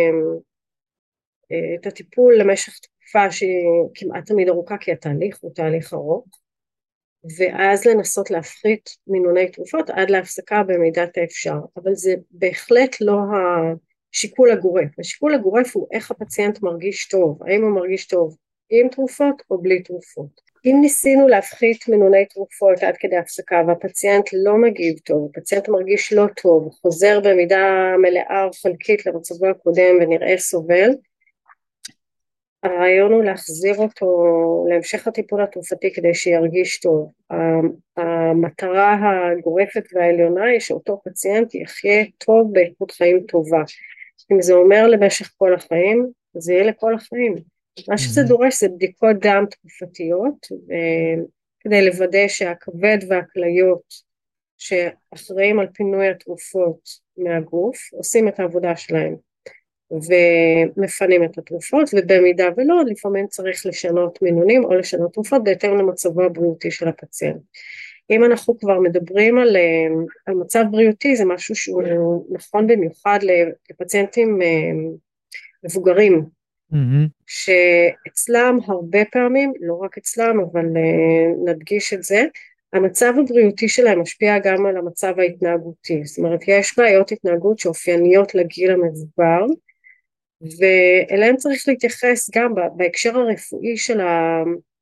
את הטיפול למשך תקופה שהיא כמעט תמיד ארוכה, כי התהליך הוא תהליך ארוך, ואז לנסות להפחית מינוני תרופות עד להפסקה במידת האפשר, אבל זה בהחלט לא השיקול הגורף. השיקול הגורף הוא איך הפציינט מרגיש טוב, האם הוא מרגיש טוב עם תרופות או בלי תרופות. אם ניסינו להפחית מינוני תרופות עד כדי הפסקה והפציינט לא מגיב טוב, הפציינט מרגיש לא טוב, חוזר במידה מלאה או חלקית למצבו הקודם ונראה סובל, הרעיון הוא להחזיר אותו להמשך הטיפול התרופתי כדי שירגיש טוב. המטרה הגורפת והעליונה היא שאותו פציינט יחיה טוב באיכות חיים טובה. אם זה אומר למשך כל החיים, זה יהיה לכל החיים. מה שזה דורש זה בדיקות דם תקופתיות, כדי לוודא שהכבד והכליות שאחראים על פינוי התרופות מהגוף, עושים את העבודה שלהם. ומפנים את התרופות, ובמידה ולא, לפעמים צריך לשנות מינונים או לשנות תרופות בהתאם למצבו הבריאותי של הפציינט. אם אנחנו כבר מדברים על, על מצב בריאותי, זה משהו שהוא נכון במיוחד לפציינטים מבוגרים, mm-hmm. שאצלם הרבה פעמים, לא רק אצלם, אבל נדגיש את זה, המצב הבריאותי שלהם משפיע גם על המצב ההתנהגותי, זאת אומרת, יש בעיות התנהגות שאופייניות לגיל המבוגר, ואליהם צריך להתייחס גם בהקשר הרפואי של, ה,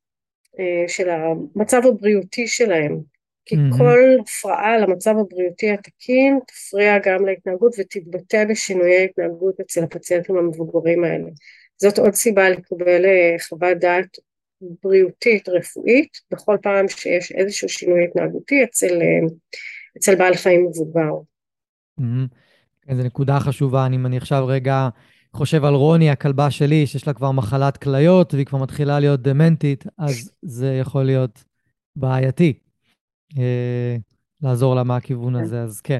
של המצב הבריאותי שלהם, כי mm-hmm. כל הפרעה למצב הבריאותי התקין תפריע גם להתנהגות ותתבטא בשינויי התנהגות אצל הפציינטים המבוגרים האלה. זאת עוד סיבה לקבל חוות דעת בריאותית רפואית בכל פעם שיש איזשהו שינוי התנהגותי אצל, אצל בעל חיים מבוגר. Mm-hmm. זו נקודה חשובה, אני מניח עכשיו רגע חושב על רוני, הכלבה שלי, שיש לה כבר מחלת כליות, והיא כבר מתחילה להיות דמנטית, אז זה יכול להיות בעייתי, אה, לעזור לה מהכיוון הזה, אז כן.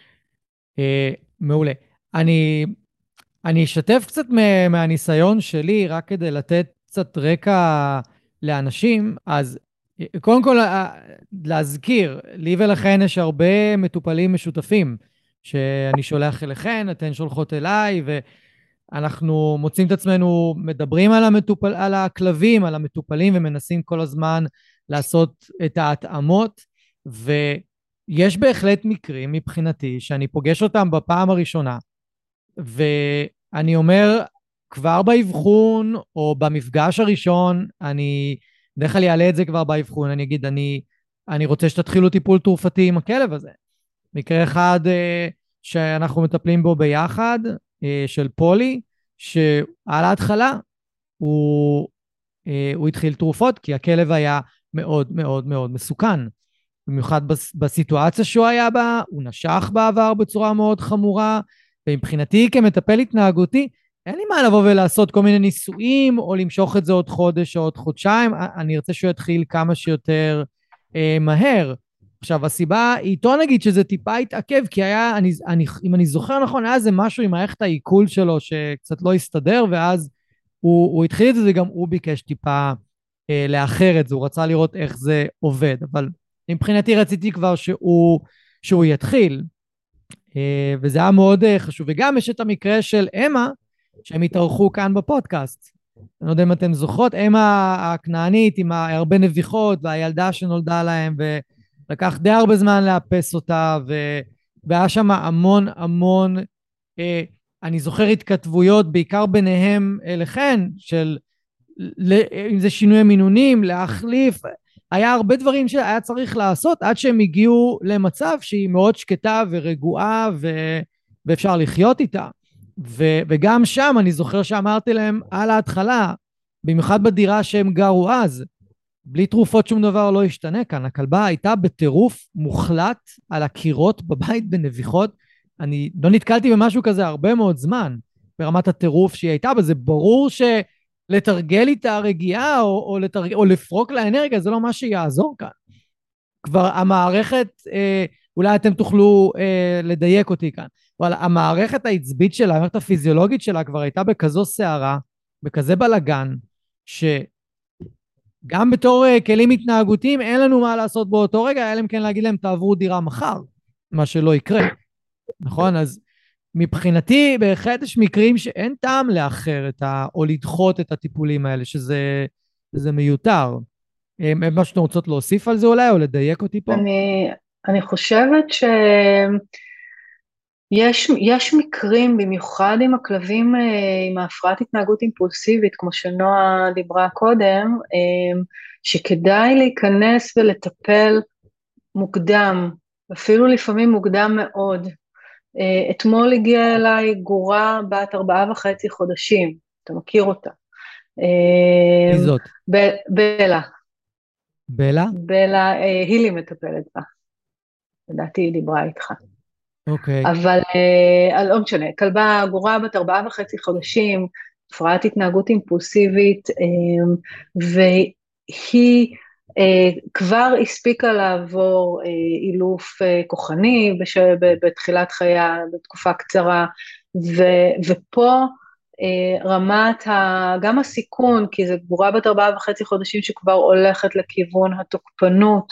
אה, מעולה. אני, אני אשתף קצת מהניסיון שלי, רק כדי לתת קצת רקע לאנשים, אז קודם כל להזכיר, לי ולכן יש הרבה מטופלים משותפים, שאני שולח אליכן, אתן שולחות אליי, ואנחנו מוצאים את עצמנו, מדברים על, המטופל, על הכלבים, על המטופלים, ומנסים כל הזמן לעשות את ההתאמות, ויש בהחלט מקרים מבחינתי, שאני פוגש אותם בפעם הראשונה, ואני אומר, כבר באבחון, או במפגש הראשון, אני בדרך כלל יעלה את זה כבר באבחון, אני אגיד, אני, אני רוצה שתתחילו טיפול תרופתי עם הכלב הזה. מקרה אחד שאנחנו מטפלים בו ביחד, של פולי, שעל ההתחלה הוא, הוא התחיל תרופות, כי הכלב היה מאוד מאוד מאוד מסוכן. במיוחד בסיטואציה שהוא היה בה, הוא נשך בעבר בצורה מאוד חמורה, ומבחינתי כמטפל התנהגותי, אין לי מה לבוא ולעשות כל מיני ניסויים, או למשוך את זה עוד חודש או עוד חודשיים, אני ארצה שהוא יתחיל כמה שיותר אה, מהר. עכשיו, הסיבה, איתו נגיד שזה טיפה התעכב, כי היה, אני, אני, אם אני זוכר נכון, היה זה משהו עם מערכת העיכול שלו, שקצת לא הסתדר, ואז הוא, הוא התחיל את זה, וגם הוא ביקש טיפה אה, לאחר את זה, הוא רצה לראות איך זה עובד, אבל מבחינתי רציתי כבר שהוא, שהוא יתחיל, אה, וזה היה מאוד אה, חשוב, וגם יש את המקרה של אמה, שהם התארחו כאן בפודקאסט. אני לא יודע אם אתם זוכרות, אמה הכנענית עם הרבה נביחות, והילדה שנולדה להם, ולקח די הרבה זמן לאפס אותה, ו... והיה שם המון המון, אה, אני זוכר התכתבויות, בעיקר ביניהם אליכן, של אם זה שינוי מינונים, להחליף, היה הרבה דברים שהיה צריך לעשות, עד שהם הגיעו למצב שהיא מאוד שקטה ורגועה, ו... ואפשר לחיות איתה. ו- וגם שם אני זוכר שאמרתי להם על ההתחלה, במיוחד בדירה שהם גרו אז, בלי תרופות שום דבר לא השתנה כאן, הכלבה הייתה בטירוף מוחלט על הקירות בבית בנביחות, אני לא נתקלתי במשהו כזה הרבה מאוד זמן, ברמת הטירוף שהיא הייתה, אבל זה ברור שלתרגל איתה רגיעה, או, או, לתרג... או לפרוק לאנרגיה, זה לא מה שיעזור כאן. כבר המערכת, אה, אולי אתם תוכלו אה, לדייק אותי כאן, אבל המערכת העצבית שלה, המערכת הפיזיולוגית שלה כבר הייתה בכזו שערה, בכזה בלגן, שגם בתור uh, כלים התנהגותיים, אין לנו מה לעשות באותו רגע, היה להם כן להגיד להם, תעברו דירה מחר, מה שלא יקרה. נכון? אז מבחינתי, בהחלט יש מקרים שאין טעם לאחר את ה... או לדחות את הטיפולים האלה, שזה, שזה מיותר. מה שאתם רוצות להוסיף על זה אולי, או לדייק אותי פה? אני, אני חושבת שיש יש מקרים, במיוחד עם הכלבים עם ההפרעת התנהגות אימפולסיבית, כמו שנועה דיברה קודם, שכדאי להיכנס ולטפל מוקדם, אפילו לפעמים מוקדם מאוד. אתמול הגיעה אליי גורה בת ארבעה וחצי חודשים, אתה מכיר אותה. מי זאת? ב- בלה. בלה? בלה, הילי מטפלת בה. לדעתי היא דיברה איתך. אוקיי. אבל לא משנה, כלבה גורה בת ארבעה וחצי חודשים, הפרעת התנהגות אימפולסיבית, והיא כבר הספיקה לעבור אילוף כוחני בתחילת חייה, בתקופה קצרה, ופה רמת גם הסיכון, כי זו גבורה בת ארבעה וחצי חודשים שכבר הולכת לכיוון התוקפנות,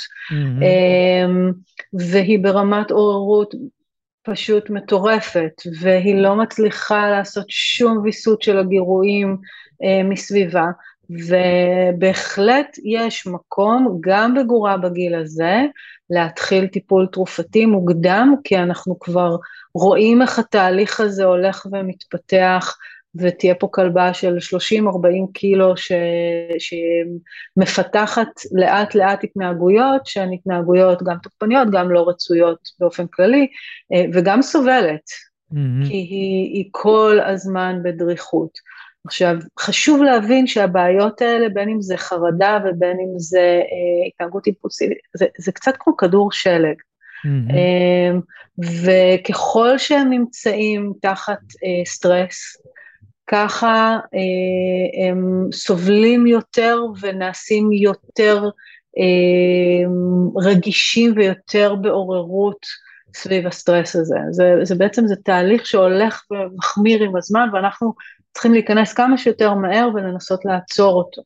והיא ברמת עוררות פשוט מטורפת, והיא לא מצליחה לעשות שום ויסות של הגירויים מסביבה, ובהחלט יש מקום גם בגורה בגיל הזה להתחיל טיפול תרופתי מוקדם, כי אנחנו כבר רואים איך התהליך הזה הולך ומתפתח, ותהיה פה כלבה של שלושים ארבעים קילו ש... שמפתחת לאט לאט התנהגויות, שהן התנהגויות גם תוקפניות, גם לא רצויות באופן כללי, וגם סובלת, mm-hmm. כי היא, היא כל הזמן בדריכות. עכשיו, חשוב להבין שהבעיות האלה, בין אם זה חרדה ובין אם זה אה, התנהגות אימפולסיבית, זה, זה קצת כמו כדור שלג. Mm-hmm. אה, וככל שהם נמצאים תחת אה, סטרס, ככה אה, הם סובלים יותר ונעשים יותר אה, רגישים ויותר בעוררות סביב הסטרס הזה. זה, זה בעצם זה תהליך שהולך ומחמיר עם הזמן, ואנחנו צריכים להיכנס כמה שיותר מהר ולנסות לעצור אותו.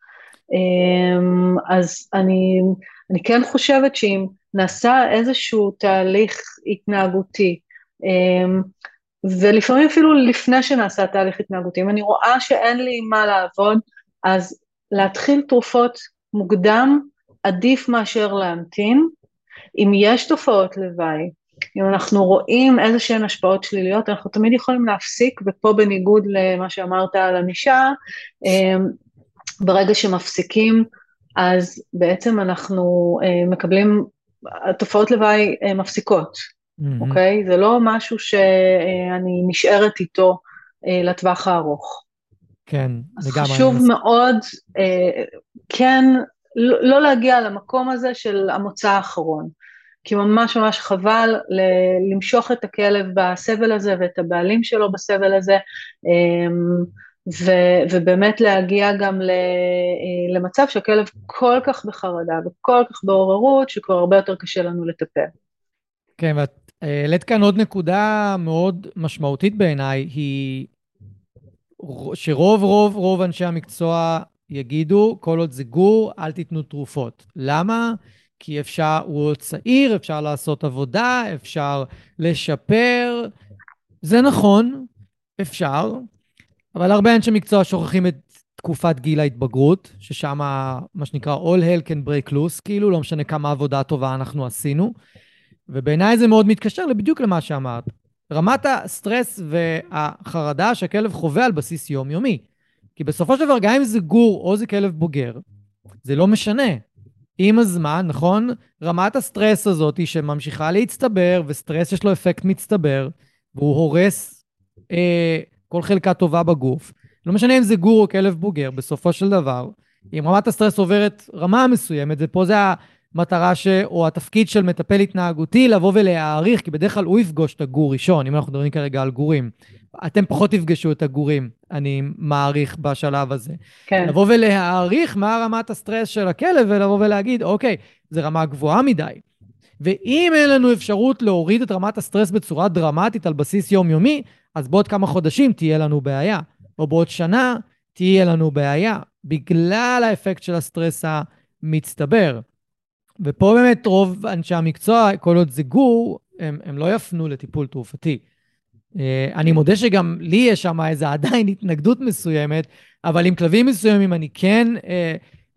אז אני, אני כן חושבת שאם נעשה איזשהו תהליך התנהגותי, ולפעמים אפילו לפני שנעשה תהליך התנהגותי, אם אני רואה שאין לי מה לעבוד, אז להתחיל תרופות מוקדם עדיף מאשר להמתין. אם יש תופעות לוואי, אם אנחנו רואים איזה שהן השפעות שליליות, אנחנו תמיד יכולים להפסיק, ופה בניגוד למה שאמרת על ענישה, ברגע שמפסיקים, אז בעצם אנחנו מקבלים, התופעות לוואי מפסיקות, mm-hmm. אוקיי? זה לא משהו שאני נשארת איתו לטווח הארוך. כן, אז חשוב מס... מאוד, כן, לא להגיע למקום הזה של המוצא האחרון, כי ממש ממש חבל למשוך את הכלב בסבל הזה ואת הבעלים שלו בסבל הזה, ו- ובאמת להגיע גם למצב שהכלב כל כך בחרדה וכל כך בעוררות, שכבר הרבה יותר קשה לנו לטפל. כן, ואת העלית כאן עוד נקודה מאוד משמעותית בעיניי, היא שרוב רוב רוב אנשי המקצוע יגידו, כל עוד זה גור, אל תיתנו תרופות. למה? כי אפשר, הוא צעיר, אפשר לעשות עבודה, אפשר לשפר. זה נכון, אפשר, אבל הרבה אנשי מקצוע שוכחים את תקופת גיל ההתבגרות, ששם מה שנקרא all hell can break loose, כאילו לא משנה כמה עבודה טובה אנחנו עשינו, ובעיניי זה מאוד מתקשר לבדיוק למה שאמרת. רמת הסטרס והחרדה שהכלב חווה על בסיס יומיומי. כי בסופו של דבר, גם אם זה גור או זה כלב בוגר, זה לא משנה. עם הזמן, נכון? רמת הסטרס הזאת היא שממשיכה להצטבר, וסטרס יש לו אפקט מצטבר, והוא הורס אה, כל חלקה טובה בגוף. לא משנה אם זה גור או כלב בוגר, בסופו של דבר, אם רמת הסטרס עוברת רמה מסוימת, ופה זה המטרה ש... או התפקיד של מטפל התנהגותי, לבוא ולהעריך, כי בדרך כלל הוא יפגוש את הגור ראשון, אם אנחנו מדברים כרגע על גורים. אתם פחות תפגשו את הגורים, אני מעריך בשלב הזה. כן. לבוא ולהעריך מה רמת הסטרס של הכלב, ולבוא ולהגיד, אוקיי, זה רמה גבוהה מדי. ואם אין לנו אפשרות להוריד את רמת הסטרס בצורה דרמטית על בסיס יומיומי, אז בעוד כמה חודשים תהיה לנו בעיה. או בעוד שנה תהיה לנו בעיה, בגלל האפקט של הסטרס המצטבר. ופה באמת רוב אנשי המקצוע, כל עוד זה גור, הם, הם לא יפנו לטיפול תרופתי. אני מודה שגם לי יש שם איזו עדיין התנגדות מסוימת, אבל עם כלבים מסוימים אני כן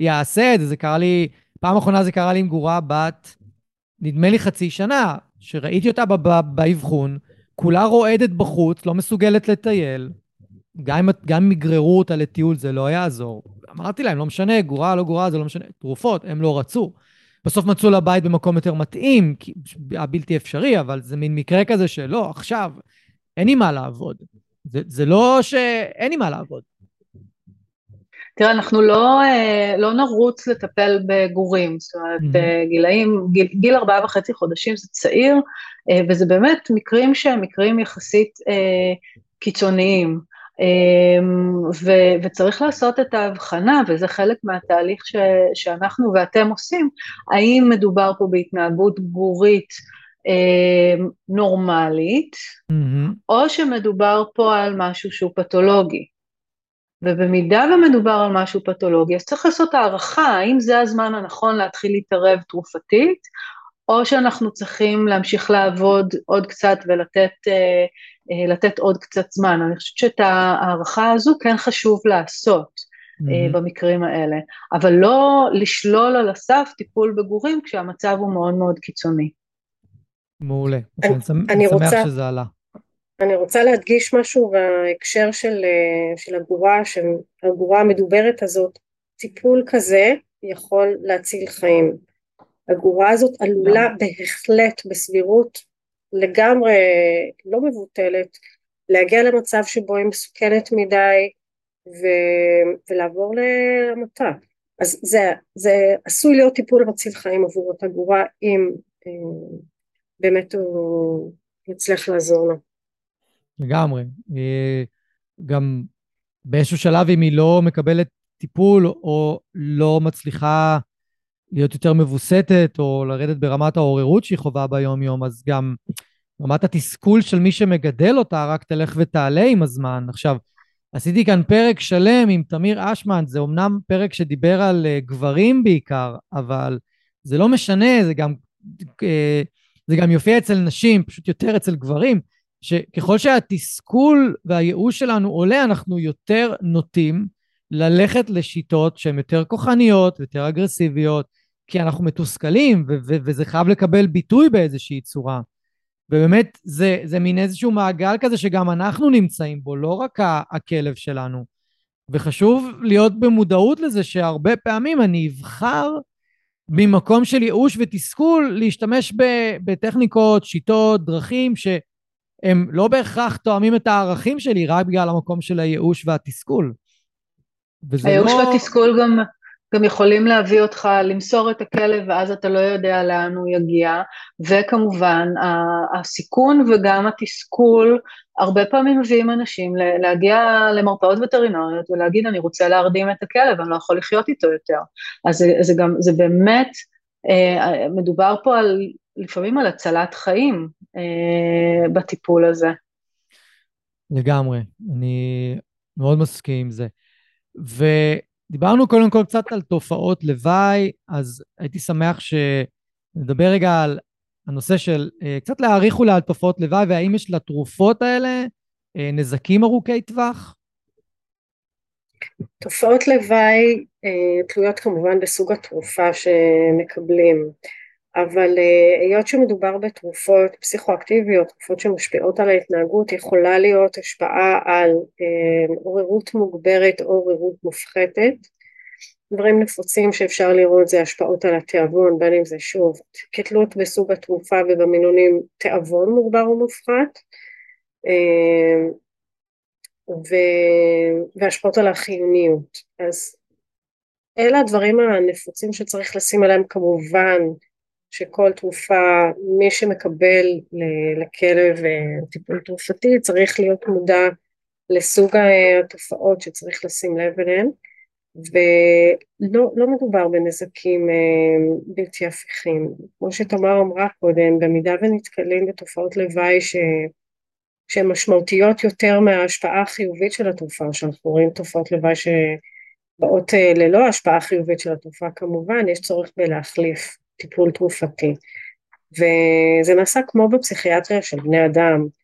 יעשה את זה. זה קרה לי, פעם אחרונה זה קרה לי עם גורה בת, נדמה לי חצי שנה, שראיתי אותה באבחון, כולה רועדת בחוץ, לא מסוגלת לטייל, גם אם יגררו אותה לטיול זה לא יעזור. אמרתי להם, לא משנה, גורה, לא גורה, זה לא משנה, תרופות, הם לא רצו. בסוף מצאו לה בית במקום יותר מתאים, כי הבלתי אפשרי, אבל זה מין מקרה כזה שלא, עכשיו, אין לי מה לעבוד. זה, זה לא שאין לי מה לעבוד. תראה, אנחנו לא, לא נרוץ לטפל בגורים, זאת אומרת, mm-hmm. גילאים, גיל, גיל ארבעה וחצי חודשים זה צעיר, וזה באמת מקרים שהם מקרים יחסית קיצוניים, ו, וצריך לעשות את ההבחנה, וזה חלק מהתהליך ש, שאנחנו ואתם עושים, האם מדובר פה בהתנהגות גורית נורמלית, mm-hmm. או שמדובר פה על משהו שהוא פתולוגי. ובמידה ומדובר על משהו פתולוגי, אז צריך לעשות הערכה, האם זה הזמן הנכון להתחיל להתערב תרופתית, או שאנחנו צריכים להמשיך לעבוד עוד קצת ולתת לתת עוד קצת זמן. אני חושבת שאת הערכה הזו כן חשוב לעשות mm-hmm. במקרים האלה, אבל לא לשלול על הסף טיפול בגורים כשהמצב הוא מאוד מאוד קיצוני. מעולה, אני, אני שמח רוצה... שזה עלה. אני רוצה להדגיש משהו בהקשר של, של הגורה, שהגורה המדוברת הזאת, טיפול כזה יכול להציל חיים. הגורה הזאת עלולה בהחלט בסבירות לגמרי לא מבוטלת, להגיע למצב שבו היא מסוכנת מדי ו, ולעבור למתה. אז זה, זה עשוי להיות טיפול מציל חיים עבור אותה גורה, אם באמת הוא יצליח לעזור לה. לגמרי. גם באיזשהו שלב, אם היא לא מקבלת טיפול, או לא מצליחה להיות יותר מבוסתת, או לרדת ברמת העוררות שהיא חובה ביום יום, אז גם רמת התסכול של מי שמגדל אותה, רק תלך ותעלה עם הזמן. עכשיו, עשיתי כאן פרק שלם עם תמיר אשמן, זה אומנם פרק שדיבר על גברים בעיקר, אבל זה לא משנה, זה גם, זה גם יופיע אצל נשים, פשוט יותר אצל גברים, שככל שהתסכול והייאוש שלנו עולה, אנחנו יותר נוטים ללכת לשיטות שהן יותר כוחניות, יותר אגרסיביות, כי אנחנו מתוסכלים, ו- ו- וזה חייב לקבל ביטוי באיזושהי צורה. ובאמת, זה, זה מין איזשהו מעגל כזה שגם אנחנו נמצאים בו, לא רק הכלב שלנו. וחשוב להיות במודעות לזה שהרבה פעמים אני אבחר ממקום של ייאוש ותסכול, להשתמש בטכניקות, שיטות, דרכים, ש... הם לא בהכרח תואמים את הערכים שלי, רק בגלל המקום של הייאוש והתסכול. הייאוש לא... והתסכול גם, גם יכולים להביא אותך, למסור את הכלב, ואז אתה לא יודע לאן הוא יגיע, וכמובן, הסיכון וגם התסכול, הרבה פעמים מביאים אנשים להגיע למרפאות וטרינריות, ולהגיד, אני רוצה להרדים את הכלב, אני לא יכול לחיות איתו יותר. אז זה, זה גם, זה באמת, מדובר פה על... לפעמים על הצלת חיים אה, בטיפול הזה. לגמרי, אני מאוד מסכים עם זה. ודיברנו קודם כל קצת על תופעות לוואי, אז הייתי שמח שנדבר רגע על הנושא של אה, קצת להעריך אולי על תופעות לוואי, והאם יש לתרופות האלה אה, נזקים ארוכי טווח? תופעות לוואי אה, תלויות כמובן בסוג התרופה שמקבלים. אבל היות שמדובר בתרופות פסיכואקטיביות, תרופות שמשפיעות על ההתנהגות, יכולה להיות השפעה על עוררות מוגברת או עוררות מופחתת. דברים נפוצים שאפשר לראות זה השפעות על התיאבון, בין אם זה שוב כתלות בסוג התרופה ובמינונים תיאבון מוגבר או מופחת, והשפעות על החיוניות. אז אלה הדברים הנפוצים שצריך לשים עליהם, כמובן שכל תרופה, מי שמקבל לכלב טיפול תרופתי, צריך להיות מודע לסוג התופעות שצריך לשים לב אליהן, ולא לא מדובר בנזקים בלתי הפיכים. כמו שתמר אמרה קודם, במידה ונתקלים בתופעות לוואי ש... שהן משמעותיות יותר מההשפעה החיובית של התרופה, שאנחנו רואים תופעות לוואי שבאות ללא ההשפעה החיובית של התרופה, כמובן יש צורך בלהחליף טיפול תרופתי, וזה נעשה כמו בפסיכיאטריה של בני אדם.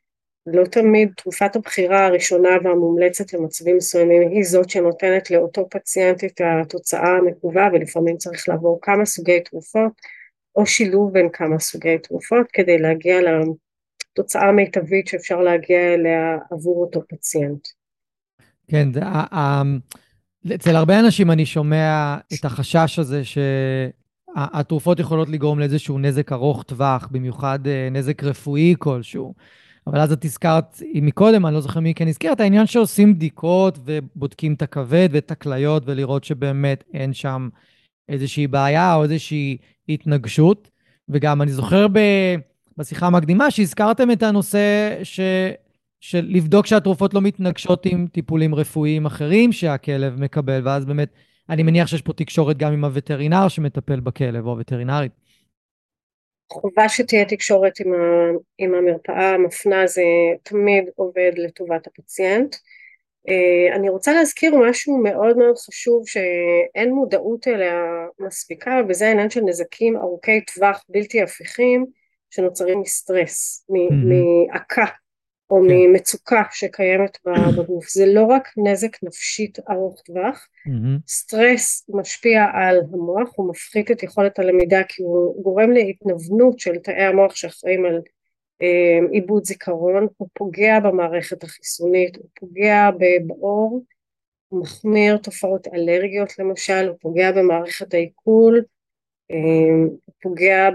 לא תמיד תרופת הבחירה הראשונה והמומלצת למצבים מסוימים היא זאת שנותנת לאותו פציינט את התוצאה המקווה, ולפעמים צריך לעבור כמה סוגי תרופות, או שילוב בין כמה סוגי תרופות, כדי להגיע לתוצאה המיטבית שאפשר להגיע אליה עבור אותו פציינט. כן, זה, ה- ה- אצל הרבה אנשים אני שומע את החשש הזה שהתרופות יכולות לגרום לאיזשהו נזק ארוך טווח, במיוחד אה, נזק רפואי כלשהו. אבל אז את הזכרת, אם מקודם, אני לא זוכר מי כן הזכיר, את העניין שעושים בדיקות ובודקים את הכבד ואת הכליות, ולראות שבאמת אין שם איזושהי בעיה או איזושהי התנגשות. וגם אני זוכר ב, בשיחה המקדימה שהזכרתם את הנושא ש, של לבדוק שהתרופות לא מתנגשות עם טיפולים רפואיים אחרים שהכלב מקבל, ואז באמת אני מניח שיש פה תקשורת גם עם הווטרינר שמטפל בכלב או הווטרינרית. חובה שתהיה תקשורת עם, ה, עם המרפאה המפנה, זה תמיד עובד לטובת הפציינט. אני רוצה להזכיר משהו מאוד מאוד חשוב שאין מודעות אליה מספיקה, וזה העניין של נזקים ארוכי טווח בלתי הפיכים שנוצרים מסטרס, מעקה או ממצוקה שקיימת בגוף. זה לא רק נזק נפשית ארוך טווח, סטרס משפיע על המוח, הוא מפחית את יכולת הלמידה כי הוא גורם להתנוונות של תאי המוח שאחראים על עיבוד זיכרון, הוא פוגע במערכת החיסונית, הוא פוגע בעור, הוא מחמיר תופעות אלרגיות למשל, הוא פוגע במערכת העיכול, הוא פוגע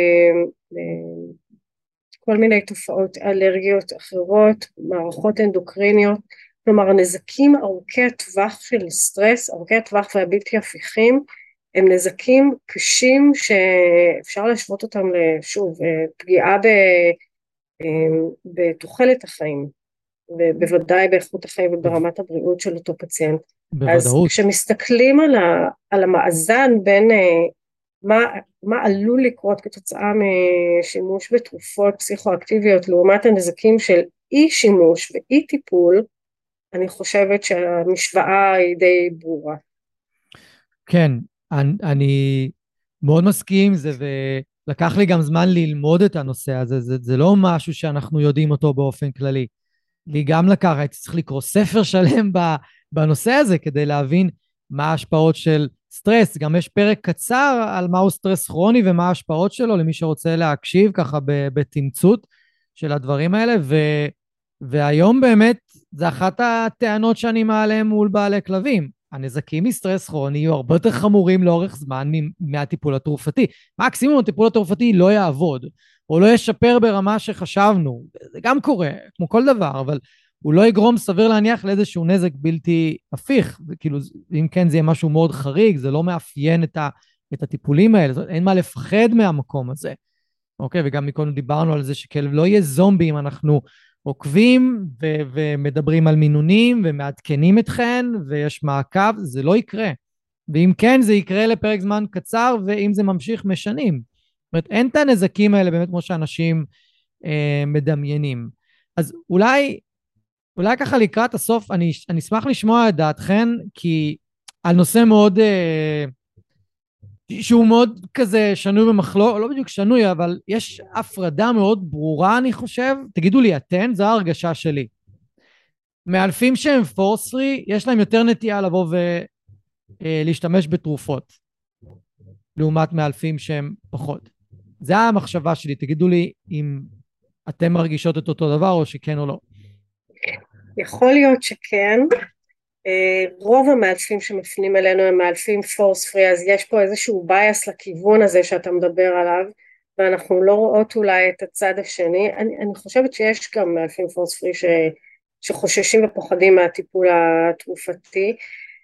בכל מיני תופעות אלרגיות אחרות, מערכות אנדוקריניות. כלומר הנזקים ארוכי הטווח של סטרס, ארוכי הטווח והבלתי הפיכים, הם נזקים קשים שאפשר להשוות אותם לשוב, פגיעה ב... בתוחלת החיים, ובוודאי באיכות החיים וברמת הבריאות של אותו פציינט. בוודאות. אז כשמסתכלים על, ה, על המאזן בין מה, מה עלול לקרות כתוצאה משימוש בתרופות פסיכואקטיביות לעומת הנזקים של אי שימוש ואי טיפול, אני חושבת שהמשוואה היא די ברורה. כן, אני, אני מאוד מסכים עם זה, ולקח לי גם זמן ללמוד את הנושא הזה. זה, זה לא משהו שאנחנו יודעים אותו באופן כללי. לי גם לקח, הייתי צריך לקרוא ספר שלם בנושא הזה, כדי להבין מה ההשפעות של סטרס. גם יש פרק קצר על מהו סטרס כרוני ומה ההשפעות שלו, למי שרוצה להקשיב ככה בתמצות של הדברים האלה, ו, והיום באמת זה אחת הטענות שאני מעלה מול בעלי כלבים. הנזקים מסטרס כרוני יהיו הרבה יותר חמורים לאורך זמן מהטיפול התרופתי. מקסימום הטיפול התרופתי לא יעבוד, או לא ישפר ברמה שחשבנו. זה גם קורה, כמו כל דבר, אבל הוא לא יגרום סביר להניח לאיזשהו נזק בלתי הפיך. כאילו, אם כן, זה יהיה משהו מאוד חריג, זה לא מאפיין את, ה, את הטיפולים האלה, אין מה לפחד מהמקום הזה. אוקיי, וגם מקודם דיברנו על זה שכלב לא יהיה זומבי אם אנחנו עוקבים ו- ומדברים על מינונים ומעדכנים אתכן ויש מעקב, זה לא יקרה. ואם כן, זה יקרה לפרק זמן קצר, ואם זה ממשיך משנים. זאת אומרת, אין את הנזקים האלה באמת כמו שאנשים אה, מדמיינים. אז אולי, אולי ככה לקראת הסוף, אני, אני אשמח לשמוע את דעתכן, כי על נושא מאוד, אה, שהוא מאוד כזה שנוי במחלוקת, לא בדיוק שנוי, אבל יש הפרדה מאוד ברורה, אני חושב. תגידו לי אתן, זו ההרגשה שלי. מאלפים שהם פורסרי, יש להם יותר נטייה לבוא ולהשתמש בתרופות, לעומת מאלפים שהם פחות. זה המחשבה שלי. תגידו לי אם אתם מרגישות את אותו דבר, או שכן או לא. יכול להיות שכן. רוב המאלפים שמפנים אלינו הם מאלפים פורס פרי, אז יש פה איזשהו בייס לכיוון הזה שאתה מדבר עליו, ואנחנו לא רואות אולי את הצד השני. אני, אני חושבת שיש גם מאלפים פורס פרי ש, שחוששים ופוחדים מהטיפול התרופתי,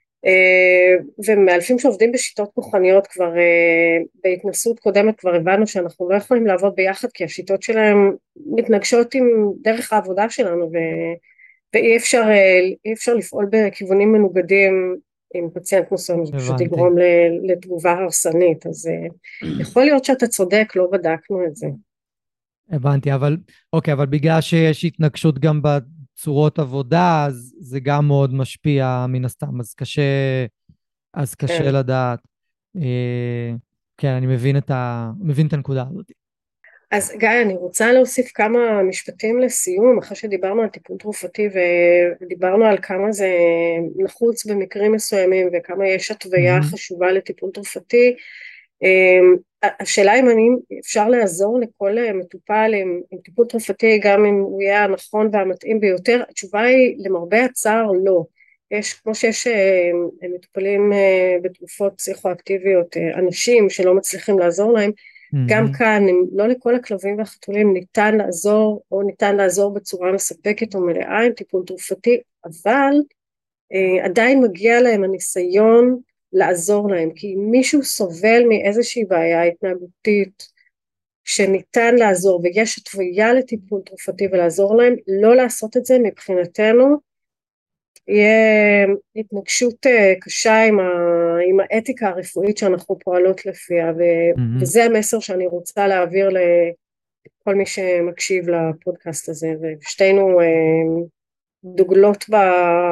ומאלפים שעובדים בשיטות כוחניות כבר, בהתנסות קודמת כבר הבנו שאנחנו לא יכולים לעבוד ביחד, כי השיטות שלהם מתנגשות עם דרך העבודה שלנו, ו... ואי אפשר, אי אפשר לפעול בכיוונים מנוגדים עם פציינט מסוים, זה פשוט יגרום לתגובה הרסנית. אז יכול להיות שאתה צודק, לא בדקנו את זה. הבנתי, אבל אוקיי, אבל בגלל שיש התנגשות גם בצורות עבודה, אז זה גם מאוד משפיע מן הסתם, אז קשה, אז קשה כן. לדעת. אה, כן, אני מבין את ה, מבין את הנקודה הזאת. אז גיא, אני רוצה להוסיף כמה משפטים לסיום, אחרי שדיברנו על טיפול תרופתי ודיברנו על כמה זה נחוץ במקרים מסוימים וכמה יש התוויה מהמם. חשובה לטיפול תרופתי. השאלה אם אני, אפשר לעזור לכל מטופל עם, עם טיפול תרופתי, גם אם הוא יהיה הנכון והמתאים ביותר, התשובה היא למרבה הצער לא. יש, כמו שיש מטופלים בתרופות פסיכואקטיביות, אנשים שלא מצליחים לעזור להם, גם מהמם. כאן, לא לכל הכלבים והחתולים ניתן לעזור, או ניתן לעזור בצורה מספקת או מלאה עם טיפול תרופתי, אבל אה, עדיין מגיע להם הניסיון לעזור להם, כי אם מישהו סובל מאיזושהי בעיה התנהגותית, שניתן לעזור ויש התוויה לטיפול תרופתי ולעזור להם, לא לעשות את זה מבחינתנו, יהיה התנגשות קשה עם, ה, עם האתיקה הרפואית שאנחנו פועלות לפיה, ו, מהמם. וזה המסר שאני רוצה להעביר לכל מי שמקשיב לפודקאסט הזה, ושתינו דוגלות ב,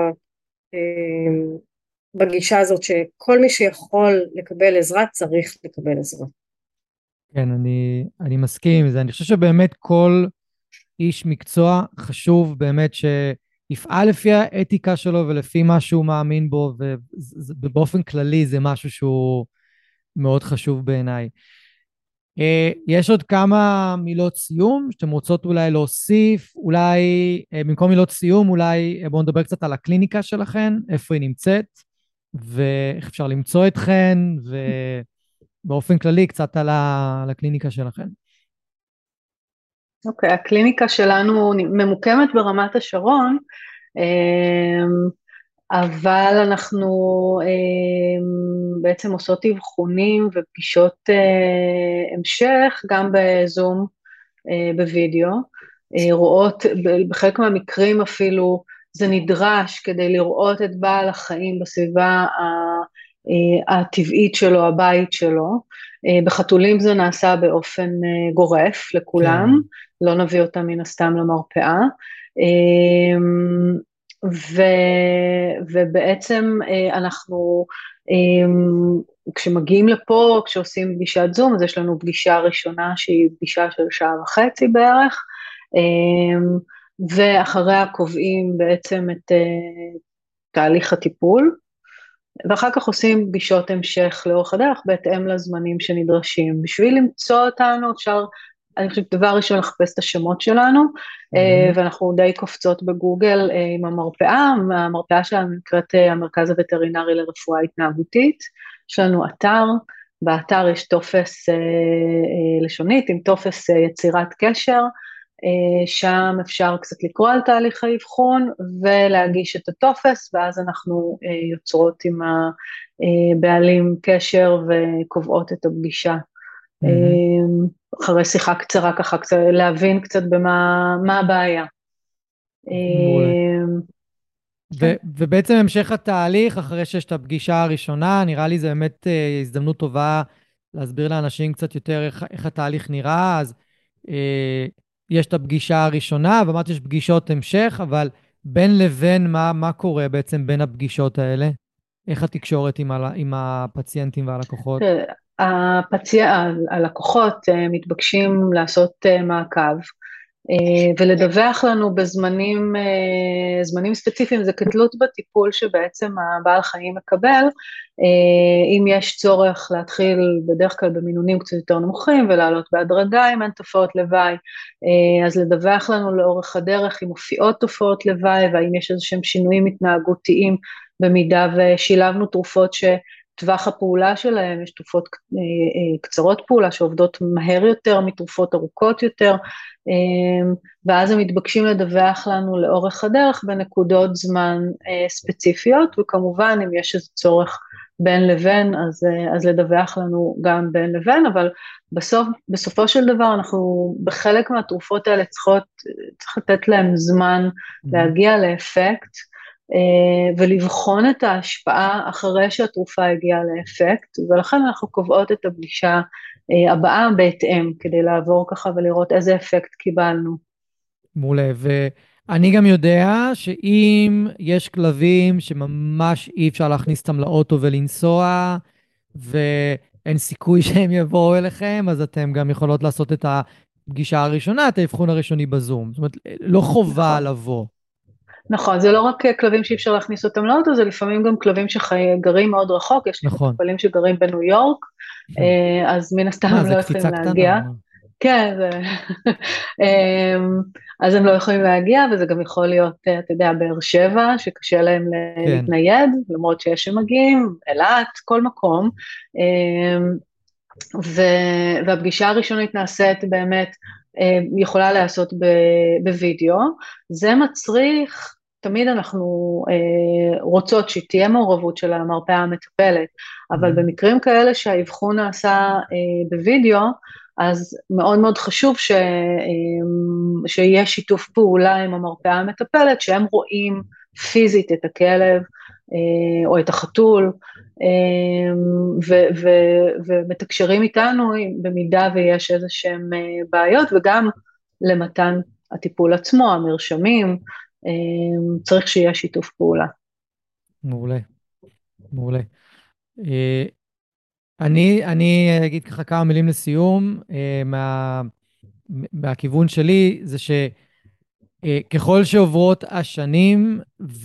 בגישה הזאת שכל מי שיכול לקבל עזרה צריך לקבל עזרה. כן, אני, אני מסכים עם זה. אני חושב שבאמת כל איש מקצוע חשוב באמת שיפעל לפי האתיקה שלו ולפי מה שהוא מאמין בו, ובאופן כללי זה משהו שהוא מאוד חשוב בעיניי. אה, יש עוד כמה מילות סיום שאתם רוצות אולי להוסיף, אולי אה, במקום מילות סיום, אולי אה, בואו נדבר קצת על הקליניקה שלכן, איפה היא נמצאת, ואיך אפשר למצוא אתכן, ובאופן כללי קצת על ה- על הקליניקה שלכן. אוקיי, הקליניקה שלנו ממוקמת ברמת השרון, אמ, אבל אנחנו אמ, בעצם עושות אבחונים ופגישות אה, המשך גם בזום, אה, בווידאו, אה, רואות, ב- בחלק מהמקרים אפילו זה נדרש כדי לראות את בעל החיים בסביבה ה- אה, הטבעית שלו, הבית שלו. אה, בחתולים זה נעשה באופן אה, גורף כן. לכולם, לא נביא אותם מן הסתם למרפאה. אמ, ו, ובעצם אה, אנחנו, אמ, כשמגיעים לפה, כשעושים פגישת זום, אז יש לנו פגישה ראשונה שהיא פגישה של שעה וחצי בערך, אמ, ואחריה קובעים בעצם את אה, תהליך הטיפול, ואחר כך עושים פגישות המשך לאורך הדרך בהתאם לזמנים שנדרשים. בשביל למצוא אותנו אפשר, אני חושבת דבר ראשון לחפש את השמות שלנו, מהמם. ואנחנו די קופצות בגוגל עם המרפאה, המרפאה שלנו נקראת המרכז הווטרינרי לרפואה התנהגותית, יש לנו אתר, באתר יש טופס לשונית עם טופס יצירת קשר, שם אפשר קצת לקרוא על תהליך האבחון ולהגיש את הטופס, ואז אנחנו יוצרות עם הבעלים קשר וקובעות את הפגישה. מהמם. אחרי שיחה קצרה ככה, קצת, להבין קצת במה מה הבעיה. מעולה. כן. ו- ובעצם המשך התהליך, אחרי שיש את הפגישה הראשונה, נראה לי זה באמת אה, הזדמנות טובה להסביר לאנשים קצת יותר איך, איך התהליך נראה. אז אה, יש את הפגישה הראשונה, ואמרת שיש פגישות המשך, אבל בין לבין מה, מה קורה בעצם בין הפגישות האלה? איך התקשורת עם, ה- עם הפציינטים והלקוחות? הפצי... הלקוחות אה, מתבקשים לעשות אה, מעקב, אה, ולדווח לנו בזמנים אה, זמנים ספציפיים, זה כתלות בטיפול שבעצם הבעל חיים מקבל, אה, אם יש צורך להתחיל בדרך כלל במינונים קצת יותר נמוכים, ולעלות בהדרגה אם אין תופעות לוואי, אה, אז לדווח לנו לאורך הדרך אם מופיעות תופעות לוואי, והאם יש איזה שהם שינויים התנהגותיים, במידה ושילבנו תרופות ש... טווח הפעולה שלהם, יש תרופות קצרות פעולה שעובדות מהר יותר מתרופות ארוכות יותר, ואז הם מתבקשים לדווח לנו לאורך הדרך בנקודות זמן ספציפיות, וכמובן אם יש איזה צורך בין לבין, אז, אז לדווח לנו גם בין לבין, אבל בסוף, בסופו של דבר אנחנו בחלק מהתרופות האלה צריכות, צריך לתת להם זמן להגיע לאפקט, ולבחון את ההשפעה אחרי שהתרופה הגיעה לאפקט, ולכן אנחנו קובעות את הפגישה הבאה בהתאם, כדי לעבור ככה ולראות איזה אפקט קיבלנו. מעולה, ואני גם יודע שאם יש כלבים שממש אי אפשר להכניס אותם לאוטו ולנסוע, ואין סיכוי שהם יבואו אליכם, אז אתם גם יכולות לעשות את הפגישה הראשונה, את האבחון הראשוני בזום. זאת אומרת, לא חובה לבוא. נכון, זה לא רק כלבים שאי אפשר להכניס אותם לאוטו, זה לפעמים גם כלבים שגרים מאוד רחוק, יש לי נכון. מטופלים שגרים בניו יורק, אז מן הסתם הם לא יכולים להגיע. כן, זה... אז הם לא יכולים להגיע, וזה גם יכול להיות, אתה יודע, באר שבע, שקשה להם להתנייד, למרות שיש שמגיעים, אלת, כל מקום, והפגישה הראשונית נעשית באמת, יכולה לעשות בווידאו, זה מצריך, תמיד אנחנו רוצות שתהיה מעורבות של המרפאה המטפלת, אבל במקרים כאלה שהאבחון נעשה בווידאו, אז מאוד מאוד חשוב ש... שיהיה שיתוף פעולה עם המרפאה המטפלת, שהם רואים פיזית את הכלב או את החתול, ו... ו... ומתקשרים איתנו במידה ויש איזה שהם בעיות, וגם למתן הטיפול עצמו, המרשמים, צריך שיהיה שיתוף פעולה. מעולה, מעולה. אני, אני אגיד ככה כמה מילים לסיום, מה, מהכיוון שלי, זה שככל שעוברות השנים,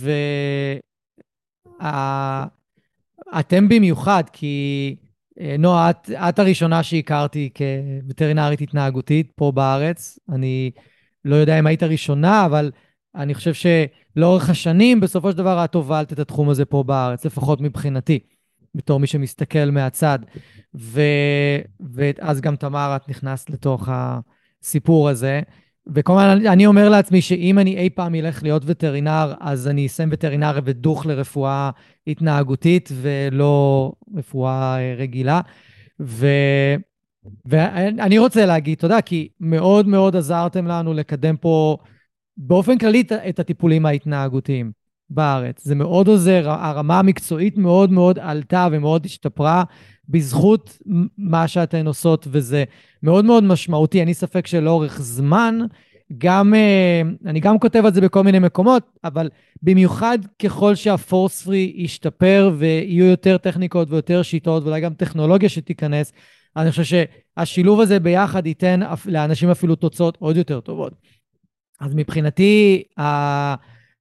ואתם במיוחד, כי נועה, את, את הראשונה שהכרתי כווטרינרית התנהגותית פה בארץ, אני לא יודע אם היית הראשונה, אבל אני חושב שלאורך השנים, בסופו של דבר, את הובלת את התחום הזה פה בארץ, לפחות מבחינתי. בתור מי שמסתכל מהצד, ו... ואז גם תמר, את נכנסת לתוך הסיפור הזה, וכמובן אני אומר לעצמי שאם אני אי פעם ילך להיות וטרינר, אז אני אסיים וטרינר ודוך לרפואה התנהגותית, ולא רפואה רגילה, ו... ואני רוצה להגיד תודה, כי מאוד מאוד עזרתם לנו לקדם פה, באופן כללי, את הטיפולים ההתנהגותיים. בארץ. זה מאוד עוזר, הרמה המקצועית מאוד מאוד עלתה ומאוד השתפרה בזכות מה שאתן עושות, וזה מאוד מאוד משמעותי. אני ספק שלאורך זמן, גם, אני גם כותב על זה בכל מיני מקומות, אבל במיוחד ככל שהפורס פרי ישתפר ויהיו יותר טכניקות ויותר שיטות, ואולי גם טכנולוגיה שתיכנס, אני חושב שהשילוב הזה ביחד ייתן לאנשים אפילו תוצאות עוד יותר טובות. אז מבחינתי, ה...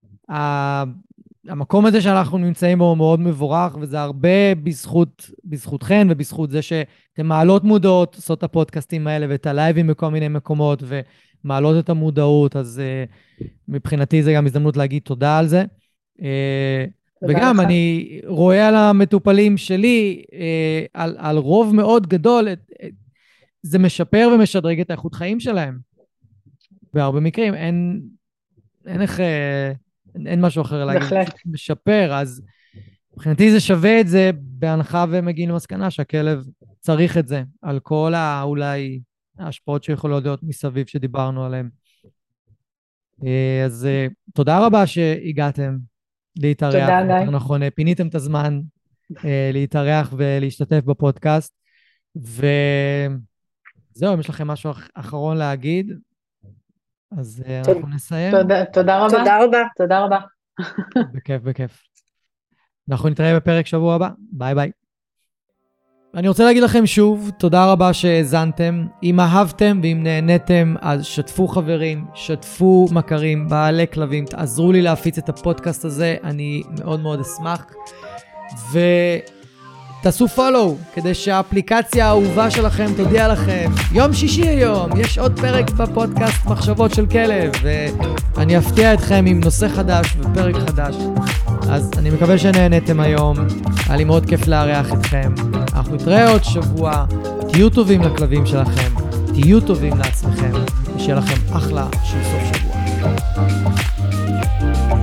המקום הזה שאנחנו נמצאים בו מאוד מבורך, וזה הרבה בזכות, בזכותכן ובזכות זה שאתם מעלות מודעות, עושות את הפודקאסטים האלה ואת הלייבים בכל מיני מקומות ומעלות את המודעות, אז uh, מבחינתי זה גם הזדמנות להגיד תודה על זה. Uh, וגם לך. אני רואה על המטופלים שלי, uh, על, על רוב מאוד גדול, את, את, זה משפר ומשדרג את האיכות חיים שלהם. בהרבה מקרים אין, אין איך... אין משהו אחר להגיד, משפר, אז מבחינתי זה שווה את זה בהנחה ומגיעים למסקנה שהכלב צריך את זה, על כל אולי ההשפעות שיכולות להיות מסביב שדיברנו עליהן. אז תודה רבה שהגעתם להתארח, יותר נכון, פיניתם את הזמן להתארח ולהשתתף בפודקאסט, וזהו, אם יש לכם משהו אחרון להגיד, אז אנחנו נסיים. תודה, תודה רבה. תודה רבה. תודה רבה. בכיף, בכיף. אנחנו נתראה בפרק שבוע הבא. ביי ביי. אני רוצה להגיד לכם שוב, תודה רבה שהאזנתם. אם אהבתם ואם נהניתם, אז שתפו חברים, שתפו מכרים, בעלי כלבים, תעזרו לי להפיץ את הפודקאסט הזה, אני מאוד מאוד אשמח. ו... תעשו פולו, כדי שהאפליקציה האהובה שלכם תודיע לכם. יום שישי היום, יש עוד פרק בפודקאסט מחשבות של כלב, ואני אפתיע אתכם עם נושא חדש ופרק חדש. אז אני מקווה שנהנתם היום, היה לי מאוד כיף לארח אתכם. אנחנו נתראה עוד שבוע, תהיו טובים לכלבים שלכם, תהיו טובים לעצמכם, ושיהיה לכם אחלה של סוף שבוע.